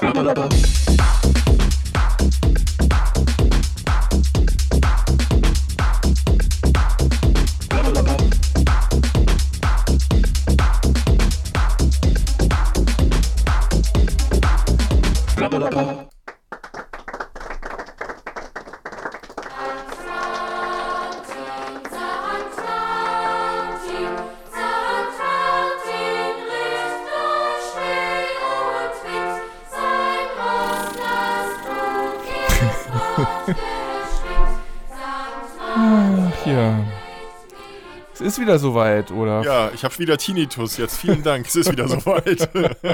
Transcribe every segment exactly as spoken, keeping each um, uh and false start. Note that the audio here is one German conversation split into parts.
Ach ja. Es ist wieder soweit, oder? Ja, ich habe wieder Tinnitus jetzt. Vielen Dank, es ist wieder soweit.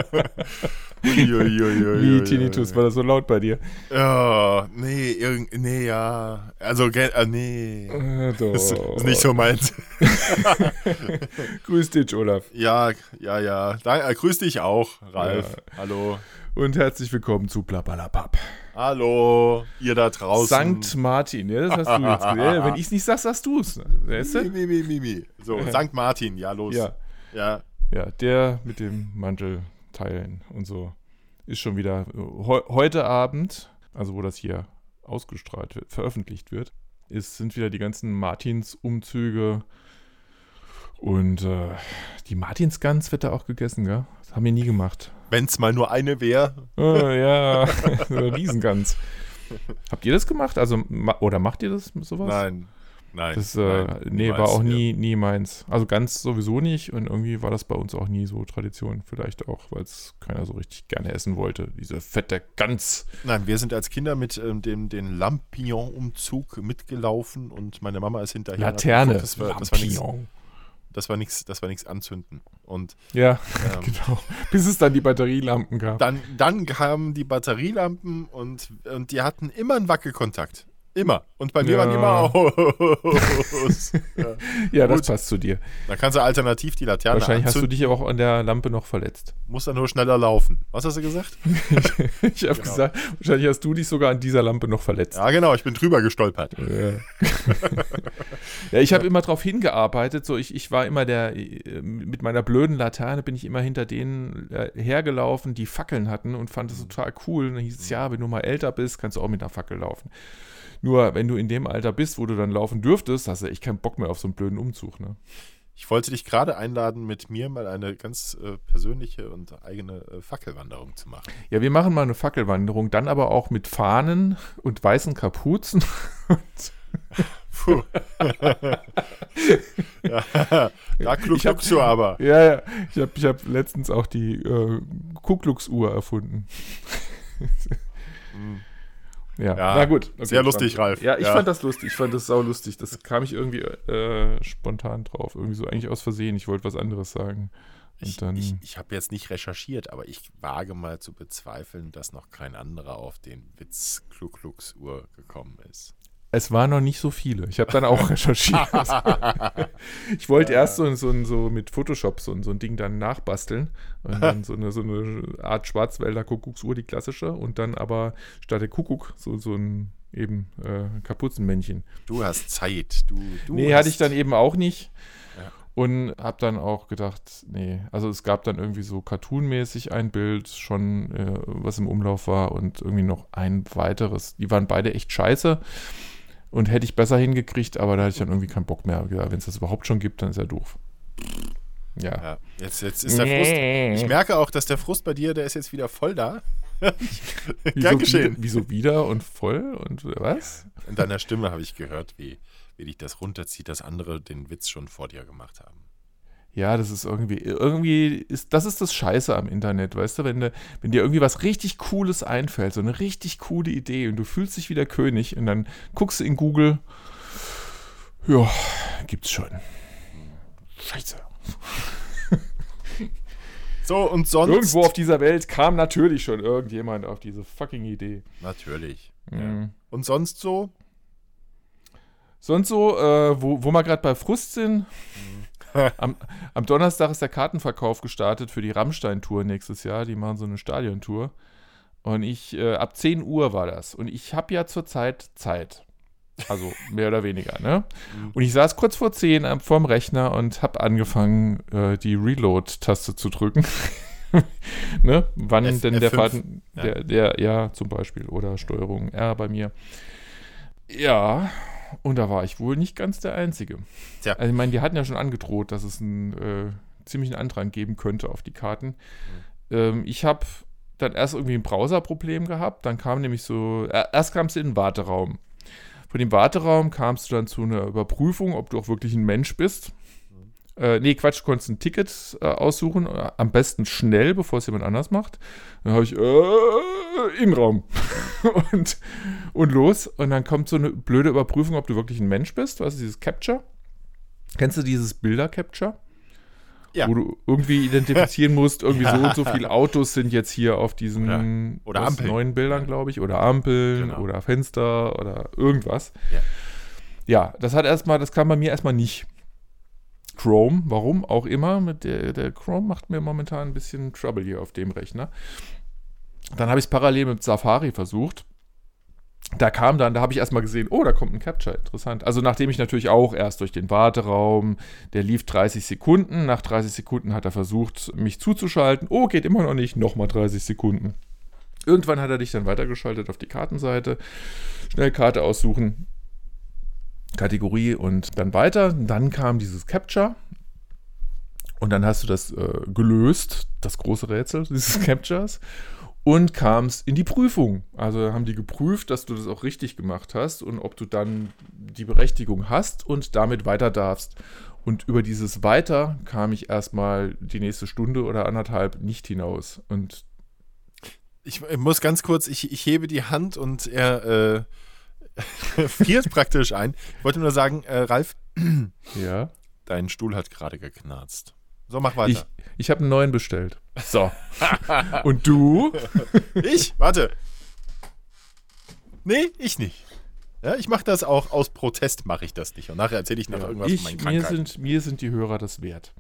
Wie Tinnitus? War das so laut bei dir? Ja, nee, irgend, nee, ja. Also, äh, nee. Äh, doch. Das ist nicht so meins. Grüß dich, Olaf. Ja, ja, ja. Da, äh, grüß dich auch, Ralf. Ja. Hallo. Und herzlich willkommen zu Blablabla. Hallo, ihr da draußen. Sankt Martin, ja, das hast du jetzt. Ja, wenn ich es nicht sag, sagst du es. Weißt du? Mi, mi, mi, mi. So, Sankt Martin, ja, los. Ja. Ja. Ja, der mit dem Mantelteilen und so ist schon wieder he- heute Abend, also wo das hier ausgestrahlt wird, veröffentlicht wird, ist, sind wieder die ganzen Martinsumzüge und äh, die Martinsgans wird da auch gegessen, gell? Das haben wir nie gemacht. Wenn es mal nur eine wäre. Oh, ja, eine Riesengans. Habt ihr das gemacht? Also, ma- oder macht ihr das sowas? Nein, nein. Das, äh, nein, nee, niemals, war auch ja. nie, nie meins. Also ganz sowieso nicht und irgendwie war das bei uns auch nie so Tradition. Vielleicht auch, weil es keiner so richtig gerne essen wollte. Diese fette Gans. Nein, wir sind als Kinder mit ähm, dem den Lampignon-Umzug mitgelaufen und meine Mama ist hinterher. Laterne. Das war, das war nichts. Lampignon. Das war nichts, das war nichts anzünden. Und Ja, ähm, genau. Bis es dann die Batterielampen gab. dann, dann kamen die Batterielampen und, und die hatten immer einen Wackelkontakt. Immer. Und bei mir Ja. waren die immer aus. Ja. Ja, das Gut. passt zu dir. Da kannst du alternativ die Laterne Wahrscheinlich hast du anzünden. dich aber auch an der Lampe noch verletzt. Musst dann nur schneller laufen. Was hast du gesagt? Ich habe Genau. gesagt, wahrscheinlich hast du dich sogar an dieser Lampe noch verletzt. Ja, genau. Ich bin drüber gestolpert. Ja, ja ich habe immer drauf hingearbeitet. So, ich, ich war immer der, äh, mit meiner blöden Laterne bin ich immer hinter denen äh, hergelaufen, die Fackeln hatten und fand das total cool. Und dann hieß es, ja, wenn du mal älter bist, kannst du auch mit einer Fackel laufen. Nur, wenn du in dem Alter bist, wo du dann laufen dürftest, hast du echt keinen Bock mehr auf so einen blöden Umzug, ne? Ich wollte dich gerade einladen, mit mir mal eine ganz äh, persönliche und eigene äh, Fackelwanderung zu machen. Ja, wir machen mal eine Fackelwanderung, dann aber auch mit Fahnen und weißen Kapuzen. Puh. Ja, da Ich hab- kluckst du aber. Ja, ja, ich habe ich hab letztens auch die äh, Ku Klux Uhr erfunden. Ja, Ja, na gut. Okay, sehr lustig, spannend. Ralf. Ja, ich Ja. fand das lustig. Ich fand das sau lustig. Das kam ich irgendwie äh, spontan drauf. Irgendwie so eigentlich aus Versehen. Ich wollte was anderes sagen. Und Ich, dann, ich, ich habe jetzt nicht recherchiert, aber ich wage mal zu bezweifeln, dass noch kein anderer auf den Witz Ku-Klux-Uhr gekommen ist. es waren noch nicht so viele. Ich habe dann auch recherchiert. Ich wollte erst so, so, so mit Photoshop so, so ein Ding dann nachbasteln. Und dann so eine, so eine Art Schwarzwälder Kuckucksuhr, die klassische. Und dann aber statt der Kuckuck so, so ein eben äh, Kapuzenmännchen. Du hast Zeit. Du, du Nee, hast, hatte ich dann eben auch nicht. Ja. Und habe dann auch gedacht, nee, also es gab dann irgendwie so cartoonmäßig ein Bild schon, äh, was im Umlauf war und irgendwie noch ein weiteres. Die waren beide echt scheiße und hätte ich besser hingekriegt, aber da hatte ich dann irgendwie keinen Bock mehr. Wenn es das überhaupt schon gibt, dann ist er doof. Ja. Ja, jetzt, jetzt ist der Frust. Ich merke auch, dass der Frust bei dir, der ist jetzt wieder voll da. Wieso Gern geschehen. Wieder, wieso wieder und voll und was? In deiner Stimme habe ich gehört, wie, wie dich das runterzieht, dass andere den Witz schon vor dir gemacht haben. Ja, das ist irgendwie, irgendwie ist, das ist das Scheiße am Internet, weißt du, wenn, du, wenn dir irgendwie was richtig Cooles einfällt, so eine richtig coole Idee und du fühlst dich wie der König und dann guckst du in Google, ja, gibt's schon. Scheiße. So, und sonst? Irgendwo auf dieser Welt kam natürlich schon irgendjemand auf diese fucking Idee. Natürlich. Mhm. Ja. Und sonst so? Sonst so, äh, wo, wo wir gerade bei Frust sind, am, am Donnerstag ist der Kartenverkauf gestartet für die Rammstein-Tour nächstes Jahr. Die machen so eine Stadiontour. Und ich, äh, ab zehn Uhr war das. Und ich habe ja zurzeit Zeit. Also mehr oder weniger, ne? Und ich saß kurz vor zehn am- vorm Rechner und habe angefangen, äh, die Reload-Taste zu drücken. ne? Wann F- denn der F fünf, Faden, ja. der, der, ja, zum Beispiel, oder Steuerung R bei mir. Ja, und da war ich wohl nicht ganz der Einzige. Tja. Also ich meine, die hatten ja schon angedroht, dass es einen äh, ziemlichen Andrang geben könnte auf die Karten. Mhm. Ähm, ich habe dann erst irgendwie ein Browserproblem gehabt, dann kam nämlich so, äh, erst kamst du in den Warteraum. Von dem Warteraum kamst du dann zu einer Überprüfung, ob du auch wirklich ein Mensch bist. Mhm. Äh, nee, Quatsch, du konntest ein Ticket äh, aussuchen, äh, am besten schnell, bevor es jemand anders macht. Dann habe ich, äh, Innenraum. und, und los. Und dann kommt so eine blöde Überprüfung, ob du wirklich ein Mensch bist. Weißt du, dieses Capture? Kennst du dieses Bilder-Capture? Ja. Wo du irgendwie identifizieren musst, irgendwie Ja. so und so viele Autos sind jetzt hier auf diesen Oder- oder was, Ampeln. neuen Bildern, Ja. glaube ich. Oder Ampeln Genau. oder Fenster oder irgendwas. Ja. Ja, das hat erstmal, das kam bei mir erstmal nicht. Chrome, warum auch immer, mit der, der Chrome macht mir momentan ein bisschen Trouble hier auf dem Rechner. Dann habe ich es parallel mit Safari versucht. Da kam dann, da habe ich erstmal gesehen, oh, da kommt ein Capture, interessant. Also nachdem ich natürlich auch erst durch den Warteraum, der lief dreißig Sekunden, nach dreißig Sekunden hat er versucht, mich zuzuschalten. Oh, geht immer noch nicht, nochmal dreißig Sekunden. Irgendwann hat er dich dann weitergeschaltet auf die Kartenseite, schnell Karte aussuchen, Kategorie und dann weiter. Dann kam dieses Capture und dann hast du das äh, gelöst, das große Rätsel dieses Captures. Und kamst in die Prüfung. Also haben die geprüft, dass du das auch richtig gemacht hast und ob du dann die Berechtigung hast und damit weiter darfst. Und über dieses Weiter kam ich erstmal die nächste Stunde oder anderthalb nicht hinaus. Und Ich, ich muss ganz kurz, ich, ich hebe die Hand und er äh, friert praktisch ein. Ich wollte nur sagen, äh, Ralf, ja, dein Stuhl hat gerade geknarzt. So, mach weiter. ich, ich habe einen neuen bestellt. So. Und du? Ich? Warte. Nee, ich nicht. Ja, ich mache das auch aus Protest, mache ich das nicht. Und nachher erzähle ich noch Ja, irgendwas ich, von meinen mir, Krankheiten. sind, mir sind die Hörer das wert.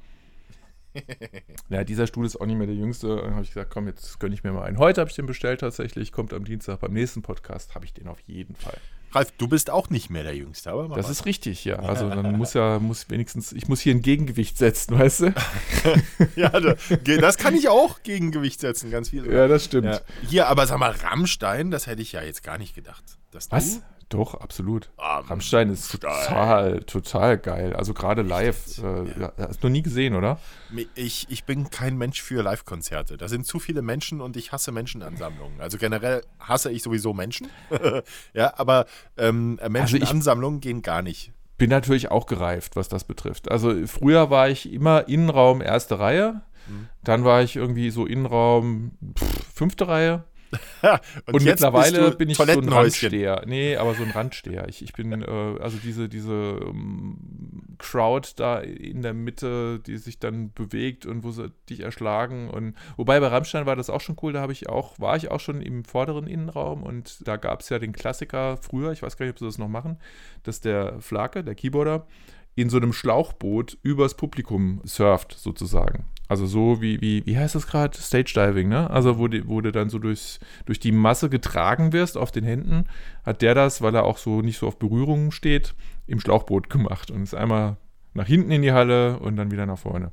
Ja, dieser Stuhl ist auch nicht mehr der jüngste. Dann habe ich gesagt, komm, jetzt gönne ich mir mal einen. Heute habe ich den bestellt tatsächlich. Kommt am Dienstag. Beim nächsten Podcast habe ich den auf jeden Fall. Ralf, du bist auch nicht mehr der Jüngste, aber mach Das weiter. ist richtig, ja. Also dann muss ja, muss wenigstens, ich muss hier ein Gegengewicht setzen, weißt du? Ja, da- das kann ich auch Gegengewicht setzen, ganz viel. Ja, das stimmt. Ja. Hier, aber sag mal, Rammstein, das hätte ich ja jetzt gar nicht gedacht. Dass du- Was? Doch, absolut. Ah, Rammstein ist total, total geil. Also gerade live. Äh, ja. Hast du noch nie gesehen, oder? Ich, ich bin kein Mensch für Live-Konzerte. Da sind zu viele Menschen und ich hasse Menschenansammlungen. Also generell hasse ich sowieso Menschen. Ja, aber ähm, Menschenansammlungen gehen gar nicht. Bin natürlich auch gereift, was das betrifft. Also früher war ich immer Innenraum erste Reihe. Mhm. Dann war ich irgendwie so Innenraum pff, fünfte Reihe. und, Und jetzt mittlerweile bist du bin ich so ein Toilettenhäuschen. Randsteher. Nee, aber so ein Randsteher. Ich, ich bin, äh, also diese, diese ähm, Crowd da in der Mitte, die sich dann bewegt und wo sie dich erschlagen. Und wobei bei Rammstein war das auch schon cool, da habe ich auch, war ich auch schon im vorderen Innenraum und da gab es ja den Klassiker früher, ich weiß gar nicht, ob sie das noch machen, dass der Flake, der Keyboarder, in so einem Schlauchboot übers Publikum surft, sozusagen. Also so wie, wie, wie heißt das gerade? Stage Diving, ne? Also wo, die, wo du dann so durchs, durch die Masse getragen wirst auf den Händen, hat der das, weil er auch so nicht so auf Berührungen steht, im Schlauchboot gemacht und ist einmal nach hinten in die Halle und dann wieder nach vorne.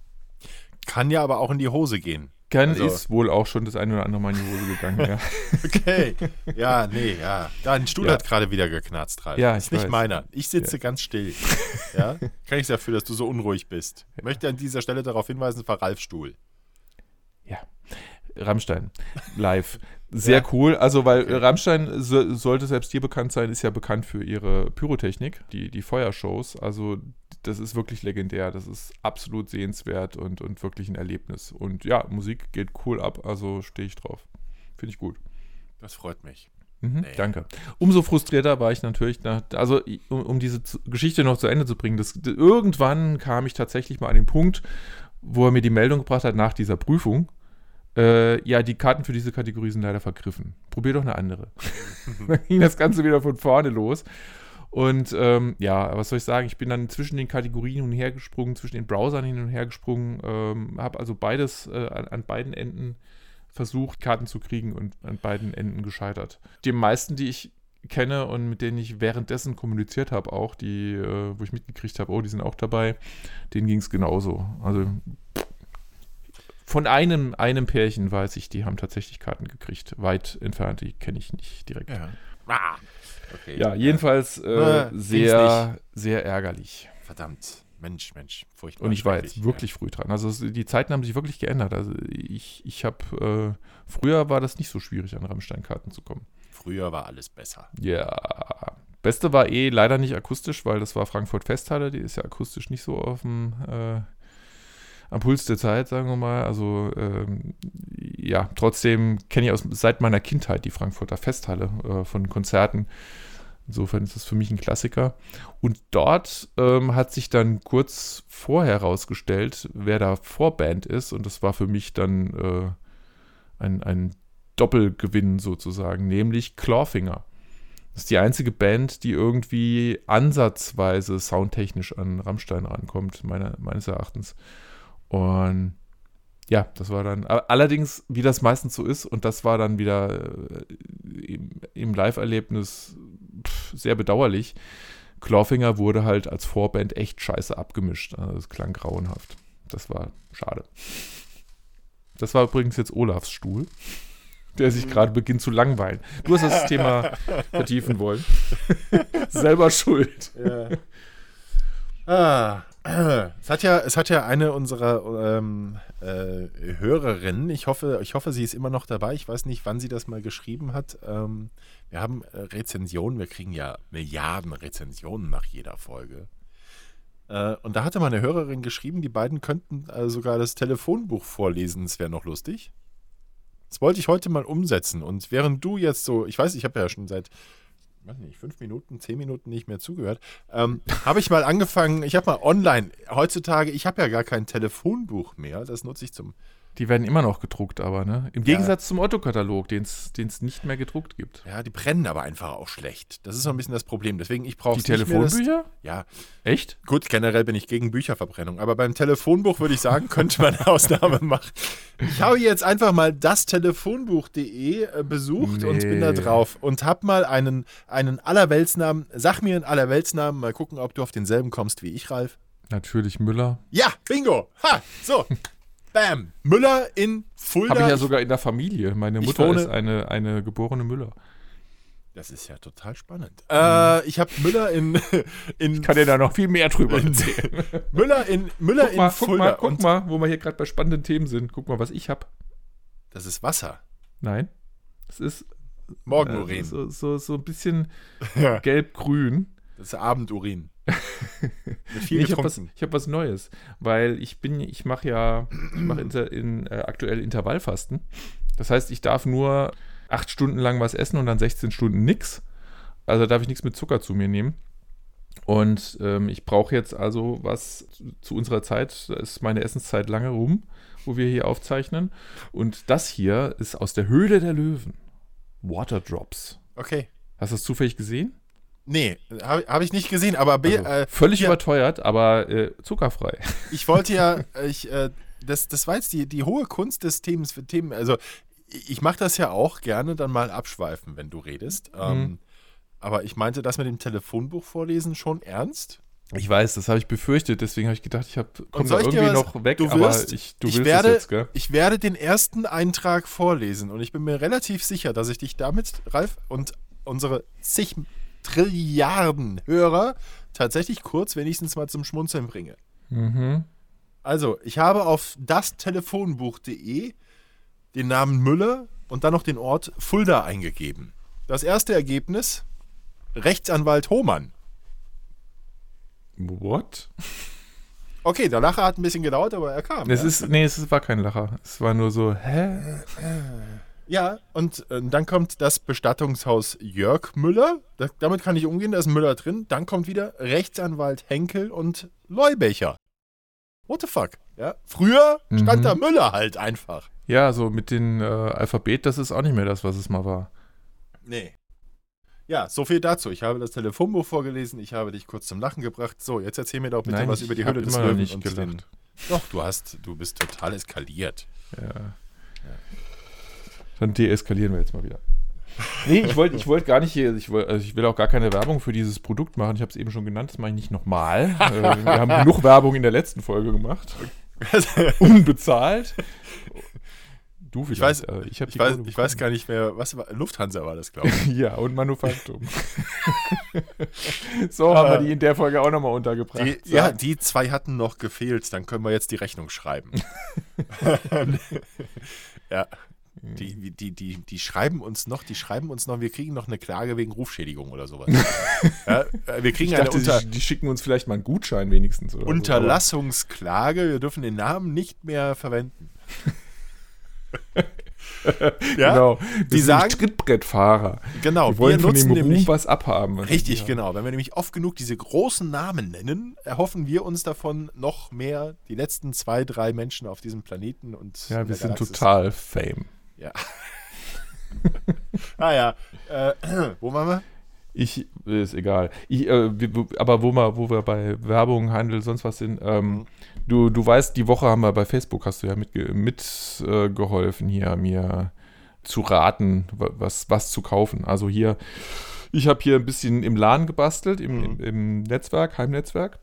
Kann ja aber auch in die Hose gehen. Ken Also- ist wohl auch schon das eine oder andere Mal in die Hose gegangen, ja. Okay. Ja, nee, ja. Dein Stuhl Ja. hat gerade wieder geknarzt, Ralf. Ja, ist ich nicht weiß. meiner. Ich sitze ganz still. Ja? Kann ich dafür, dass du so unruhig bist. Ich möchte an dieser Stelle darauf hinweisen, war Ralfs Stuhl. Ja. Rammstein, live. Sehr Ja. cool. Also, weil Okay. Rammstein, so, sollte selbst dir bekannt sein, ist ja bekannt für ihre Pyrotechnik, die, die Feuershows. Also, das ist wirklich legendär. Das ist absolut sehenswert und, und wirklich ein Erlebnis. Und ja, Musik geht cool ab, also stehe ich drauf. Finde ich gut. Das freut mich. Mhm, Nee. Danke. Umso frustrierter war ich natürlich, nach, also um, um diese zu, Geschichte noch zu Ende zu bringen. Das, irgendwann kam ich tatsächlich mal an den Punkt, wo er mir die Meldung gebracht hat nach dieser Prüfung. Äh, ja, die Karten für diese Kategorie sind leider vergriffen. Probier doch eine andere. Dann ging das Ganze wieder von vorne los. Und ähm, ja, was soll ich sagen? Ich bin dann zwischen den Kategorien hin und her gesprungen, zwischen den Browsern hin und her gesprungen, ähm, habe also beides äh, an, an beiden Enden versucht, Karten zu kriegen und an beiden Enden gescheitert. Die meisten, die ich kenne und mit denen ich währenddessen kommuniziert habe, auch die, äh, wo ich mitgekriegt habe, oh, die sind auch dabei, denen ging es genauso. Also von einem, einem Pärchen weiß ich, die haben tatsächlich Karten gekriegt. Weit entfernt, die kenne ich nicht direkt. Ja, ah, okay. Ja, jedenfalls äh, sehr, sehr ärgerlich. Verdammt. Mensch, Mensch, furchtbar. Und ich war jetzt wirklich ja. früh dran. Also die Zeiten haben sich wirklich geändert. Also ich, ich habe, äh, früher war das nicht so schwierig, an Rammstein-Karten zu kommen. Früher war alles besser. Ja. Beste war eh leider nicht akustisch, weil das war Frankfurt Festhalle. Die ist ja akustisch nicht so auf dem, äh, am Puls der Zeit, sagen wir mal. Also ähm, ja, trotzdem kenne ich aus, seit meiner Kindheit die Frankfurter Festhalle äh, von Konzerten. Insofern ist es für mich ein Klassiker. Und dort ähm, hat sich dann kurz vorher herausgestellt, wer da Vorband ist. Und das war für mich dann äh, ein, ein Doppelgewinn sozusagen, nämlich Clawfinger. Das ist die einzige Band, die irgendwie ansatzweise soundtechnisch an Rammstein rankommt, meiner, meines Erachtens. Und ja, das war dann, allerdings, wie das meistens so ist, und das war dann wieder äh, im, im Live-Erlebnis pff, sehr bedauerlich, Clawfinger wurde halt als Vorband echt scheiße abgemischt. Also das klang grauenhaft. Das war schade. Das war übrigens jetzt Olafs Stuhl, der sich gerade beginnt zu langweilen. Du hast das Thema vertiefen wollen. Selber schuld. Ja. Ah. Es hat ja, es hat ja eine unserer ähm, äh, Hörerinnen, ich hoffe, ich hoffe, sie ist immer noch dabei, ich weiß nicht, wann sie das mal geschrieben hat. Ähm, wir haben äh, Rezensionen, wir kriegen ja Milliarden Rezensionen nach jeder Folge. Äh, und da hatte mal eine Hörerin geschrieben, die beiden könnten äh, sogar das Telefonbuch vorlesen, das wäre noch lustig. Das wollte ich heute mal umsetzen. Und während du jetzt so, ich weiß, ich habe ja schon seit weiß nicht, fünf Minuten, zehn Minuten nicht mehr zugehört, ähm, habe ich mal angefangen, ich habe mal online, heutzutage, ich habe ja gar kein Telefonbuch mehr, das nutze ich zum... Die werden immer noch gedruckt, aber, ne? Im ja. Gegensatz zum Otto-Katalog, den es nicht mehr gedruckt gibt. Ja, die brennen aber einfach auch schlecht. Das ist so ein bisschen das Problem. Deswegen, ich brauche Die Telefonbücher? Ja. Echt? Gut, generell bin ich gegen Bücherverbrennung. Aber beim Telefonbuch würde ich sagen, könnte man eine Ausnahme machen. Ich habe jetzt einfach mal das telefonbuch punkt de besucht nee. und bin da drauf und habe mal einen, einen Allerweltsnamen. Sag mir einen Allerweltsnamen, mal gucken, ob du auf denselben kommst wie ich, Ralf. Natürlich Müller. Ja, bingo. Ha, so. Bam! Müller in Fulda. Habe ich ja sogar in der Familie. Meine Mutter wohne, ist eine, eine geborene Müller. Das ist ja total spannend. Mhm. Äh, ich habe Müller in, in... Ich kann dir da noch viel mehr drüber erzählen. Müller in, Müller guck mal, in Fulda. Guck mal, guck mal, wo wir hier gerade bei spannenden Themen sind. Guck mal, was ich habe. Das ist Wasser. Nein. Das ist... Morgenurin. Äh, so, so, so ein bisschen ja. gelb-grün. Das ist Abendurin. Mit viel nee, ich habe was, hab was Neues, weil ich bin, ich mache ja, ich mache inter, in, äh, aktuell Intervallfasten. Das heißt, ich darf nur acht Stunden lang was essen und dann sechzehn Stunden nix. Also darf ich nichts mit Zucker zu mir nehmen. Und ähm, ich brauche jetzt also was zu, zu unserer Zeit, da ist meine Essenszeit lange rum, wo wir hier aufzeichnen. Und das hier ist aus der Höhle der Löwen. Waterdrops. Okay. Hast du das zufällig gesehen? Nee, habe hab ich nicht gesehen, aber B, also, äh, völlig ja, überteuert, aber äh, zuckerfrei. Ich wollte ja, ich, äh, das, das war jetzt die, die hohe Kunst des Themas für Themen, also ich mache das ja auch gerne dann mal abschweifen, wenn du redest, mhm. ähm, aber ich meinte das mit dem Telefonbuch vorlesen schon ernst? Ich weiß, das habe ich befürchtet, deswegen habe ich gedacht, ich komme da irgendwie was, noch weg, du aber wirst, ich, du ich willst werde, es jetzt, gell? Ich werde den ersten Eintrag vorlesen und ich bin mir relativ sicher, dass ich dich damit, Ralf, und unsere zig Trilliarden Hörer tatsächlich kurz wenigstens mal zum Schmunzeln bringe. Mhm. Also, ich habe auf das telefonbuch punkt de den Namen Müller und dann noch den Ort Fulda eingegeben. Das erste Ergebnis, Rechtsanwalt Hohmann. What? Okay, der Lacher hat ein bisschen gedauert, aber er kam. Es ja? ist, nee, es war kein Lacher. Es war nur so, hä? Ja, und äh, dann kommt das Bestattungshaus Jörg Müller. Da, damit kann ich umgehen, da ist ein Müller drin. Dann kommt wieder Rechtsanwalt Henkel und Leubecher. What the fuck? Ja, früher stand mhm. da Müller halt einfach. Ja, so mit dem äh, Alphabet, das ist auch nicht mehr das, was es mal war. Nee. Ja, so viel dazu. Ich habe das Telefonbuch vorgelesen, ich habe dich kurz zum Lachen gebracht. So, jetzt erzähl mir doch bitte Nein, was über die Höhle des Löwen. Löwen. Nicht und gelacht. Den, doch, du hast, du bist total eskaliert. Ja. ja. Dann deeskalieren wir jetzt mal wieder. Nee, ich wollte ich wollt gar nicht hier, ich, wollt, also ich will auch gar keine Werbung für dieses Produkt machen. Ich habe es eben schon genannt, das mache ich nicht nochmal. äh, wir haben genug Werbung in der letzten Folge gemacht. Unbezahlt. Du Ich weiß, vielleicht. ich, ich, weiß, ich weiß gar nicht mehr, was war, Lufthansa war das, glaube ich. Ja, und Manufaktum. So haben wir die in der Folge auch nochmal untergebracht. Die, so. Ja, die zwei hatten noch gefehlt, dann können wir jetzt die Rechnung schreiben. Ja. Die, die, die, die schreiben uns noch, die schreiben uns noch, wir kriegen noch eine Klage wegen Rufschädigung oder sowas. Ja, wir kriegen ich eine dachte, Unter- die, die schicken uns vielleicht mal einen Gutschein wenigstens. Oder Unterlassungsklage, wir dürfen den Namen nicht mehr verwenden. Ja? Genau, die die sagen Trittbrettfahrer. Genau, die wollen wir von nutzen dem Ruhm nämlich was abhaben. richtig, genau. Wenn wir nämlich oft genug diese großen Namen nennen, erhoffen wir uns davon noch mehr die letzten zwei, drei Menschen auf diesem Planeten und Ja, in wir der sind Galaxis. total Fame. Ja. Ah ja, äh, wo waren wir? Ich, ist egal. Ich, äh, wir- aber wo wir, wo wir bei Werbung, Handel, sonst was sind, ähm, Mhm. du, du weißt, die Woche haben wir bei Facebook, hast du ja mitgeholfen, mit, äh, geholfen, hier mir zu raten, wa- was, was zu kaufen. Also hier, ich habe hier ein bisschen im LAN gebastelt, im, Mhm. im, im Netzwerk, Heimnetzwerk.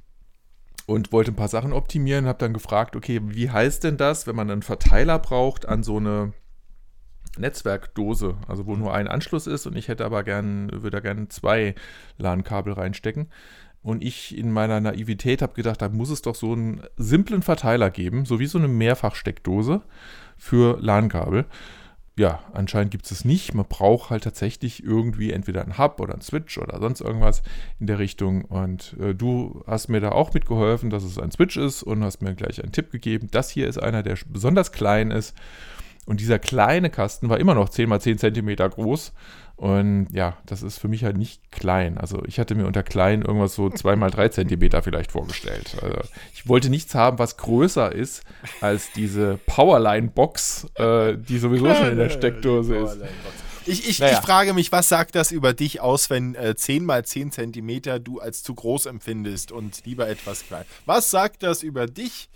Und wollte ein paar Sachen optimieren, habe dann gefragt, okay, wie heißt denn das, wenn man einen Verteiler braucht an so eine Netzwerkdose, also wo nur ein Anschluss ist und ich hätte aber gern, würde da gerne zwei LAN-Kabel reinstecken. Und ich in meiner Naivität habe gedacht, da muss es doch so einen simplen Verteiler geben, so wie so eine Mehrfachsteckdose für LAN-Kabel. Ja, anscheinend gibt es es nicht. Man braucht halt tatsächlich irgendwie entweder einen Hub oder einen Switch oder sonst irgendwas in der Richtung. Und äh, du hast mir da auch mitgeholfen, dass es ein Switch ist und hast mir gleich einen Tipp gegeben. Das hier ist einer, der besonders klein ist. Und dieser kleine Kasten war immer noch zehn mal zehn Zentimeter groß. Und ja, das ist für mich halt nicht klein. Also ich hatte mir unter klein irgendwas so zwei mal drei Zentimeter vielleicht vorgestellt. Also ich wollte nichts haben, was größer ist als diese Powerline-Box, äh, die sowieso schon in der Steckdose ist. Ich, ich, Naja. ich frage mich, was sagt das über dich aus, wenn äh, zehn mal zehn Zentimeter du als zu groß empfindest und lieber etwas klein? Was sagt das über dich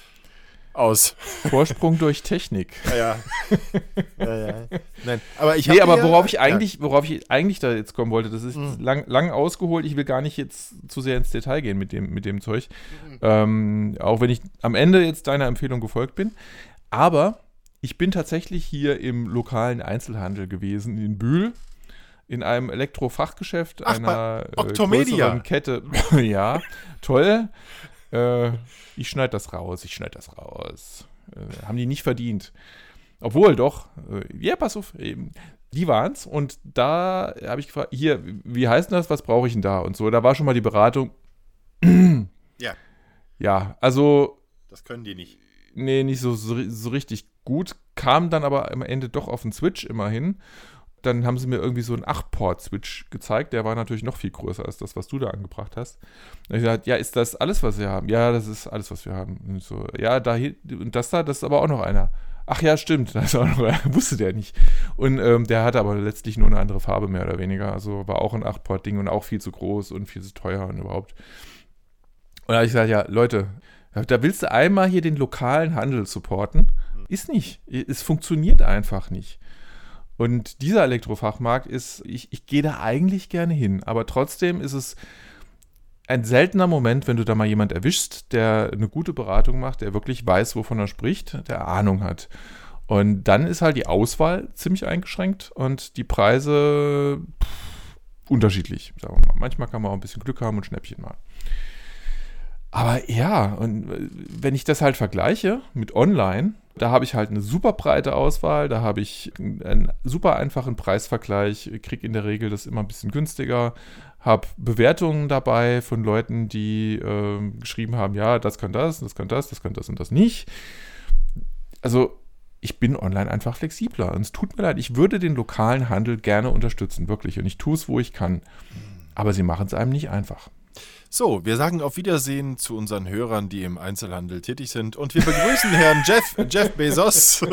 aus? Vorsprung durch Technik. Ja, ja. ja, ja. Nein, aber ich Nee, hab aber mir- worauf ich ja. eigentlich, worauf ich eigentlich da jetzt kommen wollte, das ist Mhm. lang, lang ausgeholt. Ich will gar nicht jetzt zu sehr ins Detail gehen mit dem, mit dem Zeug. Ähm, auch wenn ich am Ende jetzt deiner Empfehlung gefolgt bin. Aber ich bin tatsächlich hier im lokalen Einzelhandel gewesen, in Bühl, in einem Elektrofachgeschäft Ach, einer bei Octomedia. größeren Kette. Ja, toll. Äh, ich schneide das raus, ich schneide das raus. Äh, haben die nicht verdient. Obwohl, doch. Äh, ja, pass auf. Eben. Die waren's. Und da habe ich gefragt, hier, wie heißt denn das? Was brauche ich denn da? Und so. Da war schon mal die Beratung. Ja, Ja, also, das können die nicht. nee, nicht so, so, so richtig gut. Kam dann aber am Ende doch auf den Switch immerhin. Dann haben sie mir irgendwie so einen acht Port Switch gezeigt. Der war natürlich noch viel größer als das, was du da angebracht hast. Und ich gesagt, ja, ist das alles, was wir haben? Ja, das ist alles, was wir haben. Und ich so, ja, da hin- und das da, das ist aber auch noch einer. Ach ja, stimmt, das ist auch noch einer. Wusste der nicht. Und ähm, der hatte aber letztlich nur eine andere Farbe, mehr oder weniger. Also war auch ein acht Port Ding und auch viel zu groß und viel zu teuer und überhaupt. Und da habe ich gesagt, ja, Leute, da willst du einmal hier den lokalen Handel supporten. Ist nicht. Es funktioniert einfach nicht. Und dieser Elektrofachmarkt ist, ich, ich gehe da eigentlich gerne hin, aber trotzdem ist es ein seltener Moment, wenn du da mal jemand erwischst, der eine gute Beratung macht, der wirklich weiß, wovon er spricht, der Ahnung hat. Und dann ist halt die Auswahl ziemlich eingeschränkt und die Preise pff, unterschiedlich, sagen wir mal. Manchmal kann man auch ein bisschen Glück haben und Schnäppchen machen. Aber ja, und äh, wenn ich das halt vergleiche mit online, da habe ich halt eine super breite Auswahl, da habe ich einen super einfachen Preisvergleich, kriege in der Regel das immer ein bisschen günstiger, habe Bewertungen dabei von Leuten, die äh, geschrieben haben, ja, das kann das, das kann das, das kann das und das nicht. Also ich bin online einfach flexibler und es tut mir leid, ich würde den lokalen Handel gerne unterstützen, wirklich, und ich tue es, wo ich kann. Aber sie machen es einem nicht einfach. So, wir sagen auf Wiedersehen zu unseren Hörern, die im Einzelhandel tätig sind. Und wir begrüßen Herrn Jeff, Jeff Bezos.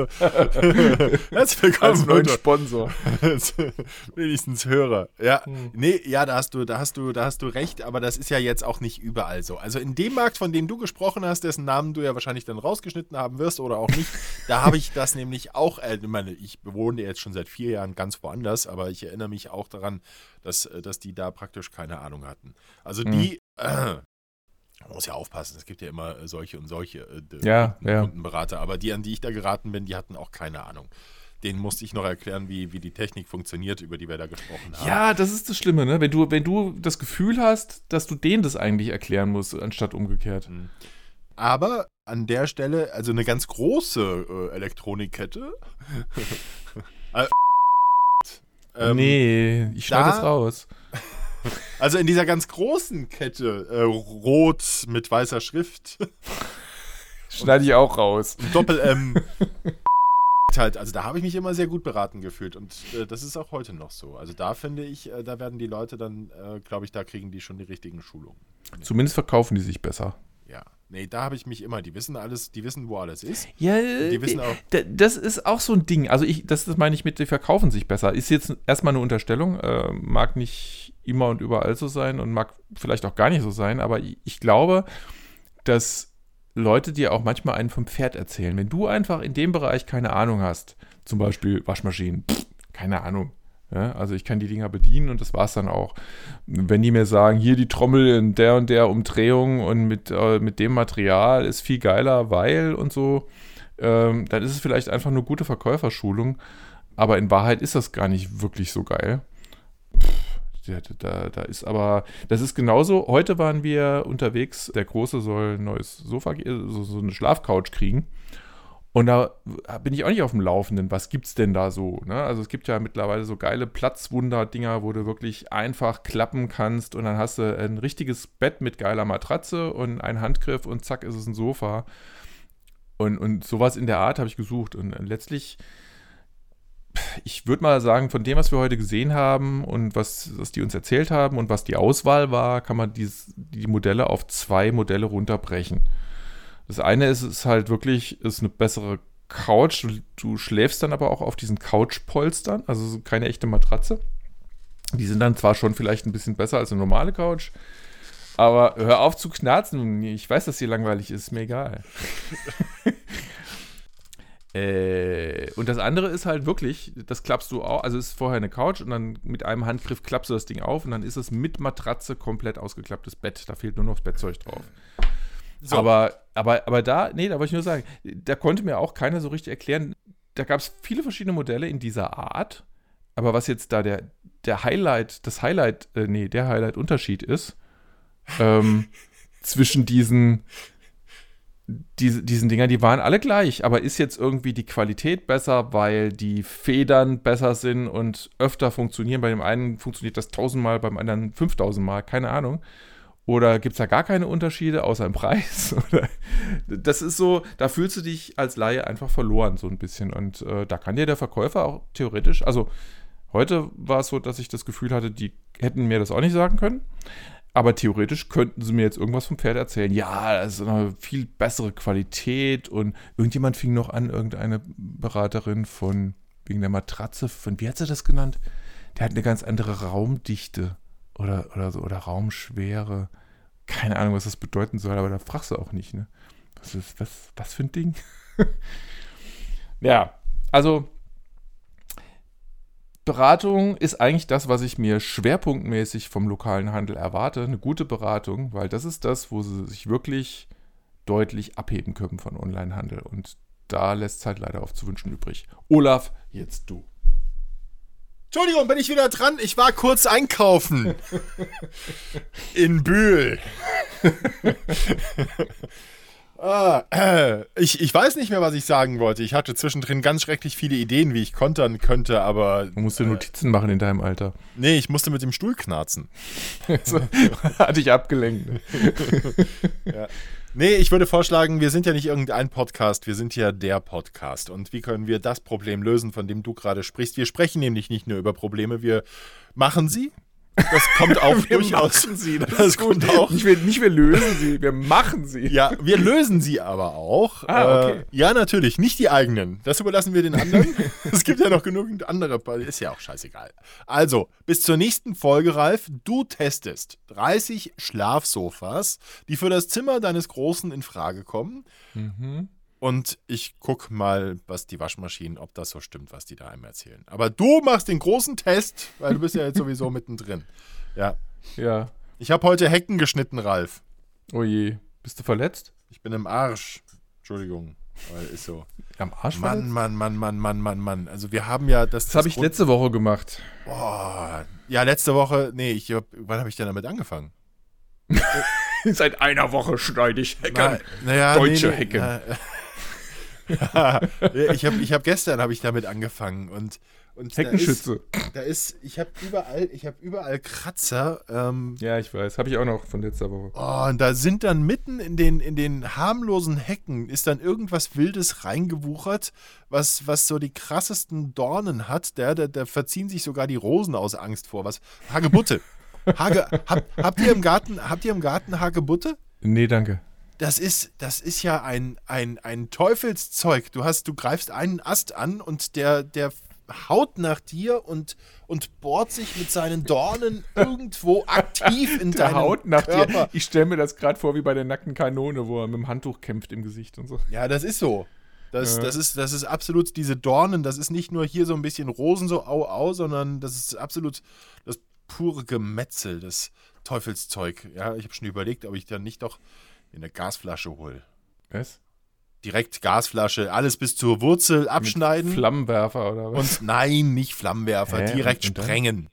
Herzlich willkommen, Als neuen Leute. Sponsor. Wenigstens Hörer. Ja, Hm. nee, ja, da hast du, da hast du, da hast du recht, aber das ist ja jetzt auch nicht überall so. Also in dem Markt, von dem du gesprochen hast, dessen Namen du ja wahrscheinlich dann rausgeschnitten haben wirst oder auch nicht, da habe ich das nämlich auch, äh, ich meine, ich wohne jetzt schon seit vier Jahren ganz woanders, aber ich erinnere mich auch daran, dass, dass die da praktisch keine Ahnung hatten. Also die, äh, Man muss ja aufpassen, es gibt ja immer solche und solche äh, ja, Kunden, ja. Kundenberater. Aber die, an die ich da geraten bin, die hatten auch keine Ahnung. Denen musste ich noch erklären, wie, wie die Technik funktioniert, über die wir da gesprochen haben. Ja, das ist das Schlimme, ne? Wenn du, wenn du das Gefühl hast, dass du denen das eigentlich erklären musst, anstatt umgekehrt. Aber an der Stelle, also eine ganz große äh, Elektronikkette. äh, ähm, nee, ich schneide da- das raus. Also in dieser ganz großen Kette, äh, rot mit weißer Schrift, Schneide ich auch raus. Doppel-M. halt, also da habe ich mich immer sehr gut beraten gefühlt und äh, das ist auch heute noch so. Also da finde ich, äh, da werden die Leute dann, äh, glaube ich, da kriegen die schon die richtigen Schulungen. Zumindest verkaufen die sich besser. Ja, nee, da habe ich mich immer, die wissen alles, die wissen, wo alles ist. Ja, Die wissen auch- d- das ist auch so ein Ding. Also ich, das, das meine ich mit, die verkaufen sich besser. Ist jetzt erstmal eine Unterstellung, äh, mag nicht immer und überall so sein und mag vielleicht auch gar nicht so sein, aber ich, ich glaube, dass Leute dir auch manchmal einen vom Pferd erzählen. Wenn du einfach in dem Bereich keine Ahnung hast, zum Beispiel Waschmaschinen, pff, keine Ahnung. Ja, also ich kann die Dinger bedienen und das war's dann auch. Wenn die mir sagen, hier die Trommel in der und der Umdrehung und mit, äh, mit dem Material ist viel geiler, weil und so, ähm, dann ist es vielleicht einfach nur gute Verkäuferschulung, aber in Wahrheit ist das gar nicht wirklich so geil. Pff, da, da, da ist aber, das ist genauso, heute waren wir unterwegs, der Große soll ein neues Sofa, so, so eine Schlafcouch kriegen. Und da bin ich auch nicht auf dem Laufenden, was gibt's denn da so? Ne? Also es gibt ja mittlerweile so geile Platzwunder-Dinger, wo du wirklich einfach klappen kannst und dann hast du ein richtiges Bett mit geiler Matratze und einen Handgriff und zack ist es ein Sofa. Und, und sowas in der Art habe ich gesucht. Und letztlich, ich würde mal sagen, von dem, was wir heute gesehen haben und was, was die uns erzählt haben und was die Auswahl war, kann man dies, die Modelle auf zwei Modelle runterbrechen. Das eine ist, ist halt wirklich, ist eine bessere Couch. Du, du schläfst dann aber auch auf diesen Couchpolstern, also so keine echte Matratze. Die sind dann zwar schon vielleicht ein bisschen besser als eine normale Couch, aber hör auf zu knarzen. Ich weiß, dass dir langweilig ist, ist mir egal. äh, und das andere ist halt wirklich, das klappst du auch, also es ist vorher eine Couch und dann mit einem Handgriff klappst du das Ding auf und dann ist es mit Matratze komplett ausgeklapptes Bett. Da fehlt nur noch das Bettzeug drauf. So. Aber, aber, aber da, nee, da wollte ich nur sagen, da konnte mir auch keiner so richtig erklären, da gab es viele verschiedene Modelle in dieser Art, aber was jetzt da der, der Highlight, das Highlight, äh, nee, der Highlight-Unterschied ist, ähm, zwischen diesen, diese, diesen Dingern, die waren alle gleich, aber ist jetzt irgendwie die Qualität besser, weil die Federn besser sind und öfter funktionieren, bei dem einen funktioniert das tausendmal, beim anderen fünftausendmal, keine Ahnung. Oder gibt es da gar keine Unterschiede, außer im Preis? Oder, das ist so, da fühlst du dich als Laie einfach verloren, so ein bisschen. Und äh, da kann dir der Verkäufer auch theoretisch, also heute war es so, dass ich das Gefühl hatte, die hätten mir das auch nicht sagen können. Aber theoretisch könnten sie mir jetzt irgendwas vom Pferd erzählen. Ja, das ist eine viel bessere Qualität. Und irgendjemand fing noch an, irgendeine Beraterin von, wegen der Matratze, von, wie hat sie das genannt? Der hat eine ganz andere Raumdichte. Oder, oder so, oder Raumschwere. Keine Ahnung, was das bedeuten soll, aber da fragst du auch nicht, ne? Was ist, was, was für ein Ding? Ja, also Beratung ist eigentlich das, was ich mir schwerpunktmäßig vom lokalen Handel erwarte. Eine gute Beratung, weil das ist das, wo sie sich wirklich deutlich abheben können von Onlinehandel. Und da lässt es halt leider auf zu wünschen übrig. Olaf, jetzt du. Entschuldigung, bin ich wieder dran? Ich war kurz einkaufen. In Bühl. ah, äh, ich, ich weiß nicht mehr, was ich sagen wollte. Ich hatte zwischendrin ganz schrecklich viele Ideen, wie ich kontern könnte, aber... Du musst dir Notizen äh, machen in deinem Alter. Nee, ich musste mit dem Stuhl knarzen. So, hatte ich abgelenkt. Ne? Ja. Nee, ich würde vorschlagen, wir sind ja nicht irgendein Podcast, wir sind ja der Podcast. Und wie können wir das Problem lösen, von dem du gerade sprichst? Wir sprechen nämlich nicht nur über Probleme, wir machen sie. Das kommt auch wir durchaus. Machen sie, das, das kommt auch. Nicht wir, nicht wir lösen sie, wir machen sie. Ja, wir lösen sie aber auch. Ah, okay. Äh, ja, natürlich, nicht die eigenen. Das überlassen wir den anderen. Es gibt ja noch genügend andere. Ist ja auch scheißegal. Also, bis zur nächsten Folge, Ralf. Du testest dreißig Schlafsofas, die für das Zimmer deines Großen in Frage kommen. Mhm. Und ich guck mal, was die Waschmaschinen, ob das so stimmt, was die da einem erzählen. Aber du machst den großen Test, weil du bist ja jetzt sowieso mittendrin. Ja. Ja. Ich habe heute Hecken geschnitten, Ralf. Oh je. Bist du verletzt? Ich bin im Arsch. Entschuldigung. Weil ist so. Am Arsch Mann, verletzt? Mann, Mann, Mann, Mann, Mann, Mann. Also wir haben ja das. Das habe ich Grund- letzte Woche gemacht. Boah. Ja, letzte Woche. Nee, ich hab, wann habe ich denn damit angefangen? Seit einer Woche schneide ich Na, naja, Deutsche nee, nee, Hecken. na, ja, ich habe ich hab gestern habe ich damit angefangen und, und Heckenschütze. Da ist, da ist ich habe überall, ich habe überall Kratzer. Ähm, Ja, ich weiß. Habe ich auch noch von letzter Woche. oh, und da sind dann mitten in den, in den harmlosen Hecken ist dann irgendwas Wildes reingewuchert, was, was so die krassesten Dornen hat. Da, da, da verziehen sich sogar die Rosen aus Angst vor. Was? Hagebutte. Hage, hab, habt ihr im Garten, habt ihr im Garten Hagebutte? Nee, danke. Das ist, das ist ja ein, ein, ein Teufelszeug. Du hast, du greifst einen Ast an und der, der haut nach dir und, und bohrt sich mit seinen Dornen irgendwo aktiv in Der deinem haut nach Körper. dir. Ich stelle mir das gerade vor wie bei der nackten Kanone, wo er mit dem Handtuch kämpft im Gesicht und so. Ja, das ist so. Das, Ja. das, ist, das ist absolut diese Dornen. Das ist nicht nur hier so ein bisschen Rosen, so au, au, sondern das ist absolut das pure Gemetzel, das Teufelszeug. Ja, ich habe schon überlegt, ob ich dann nicht doch in eine Gasflasche hole. Was? Direkt Gasflasche, alles bis zur Wurzel abschneiden. Mit Flammenwerfer oder was? Und nein, nicht Flammenwerfer, Hä? direkt Und dann? sprengen.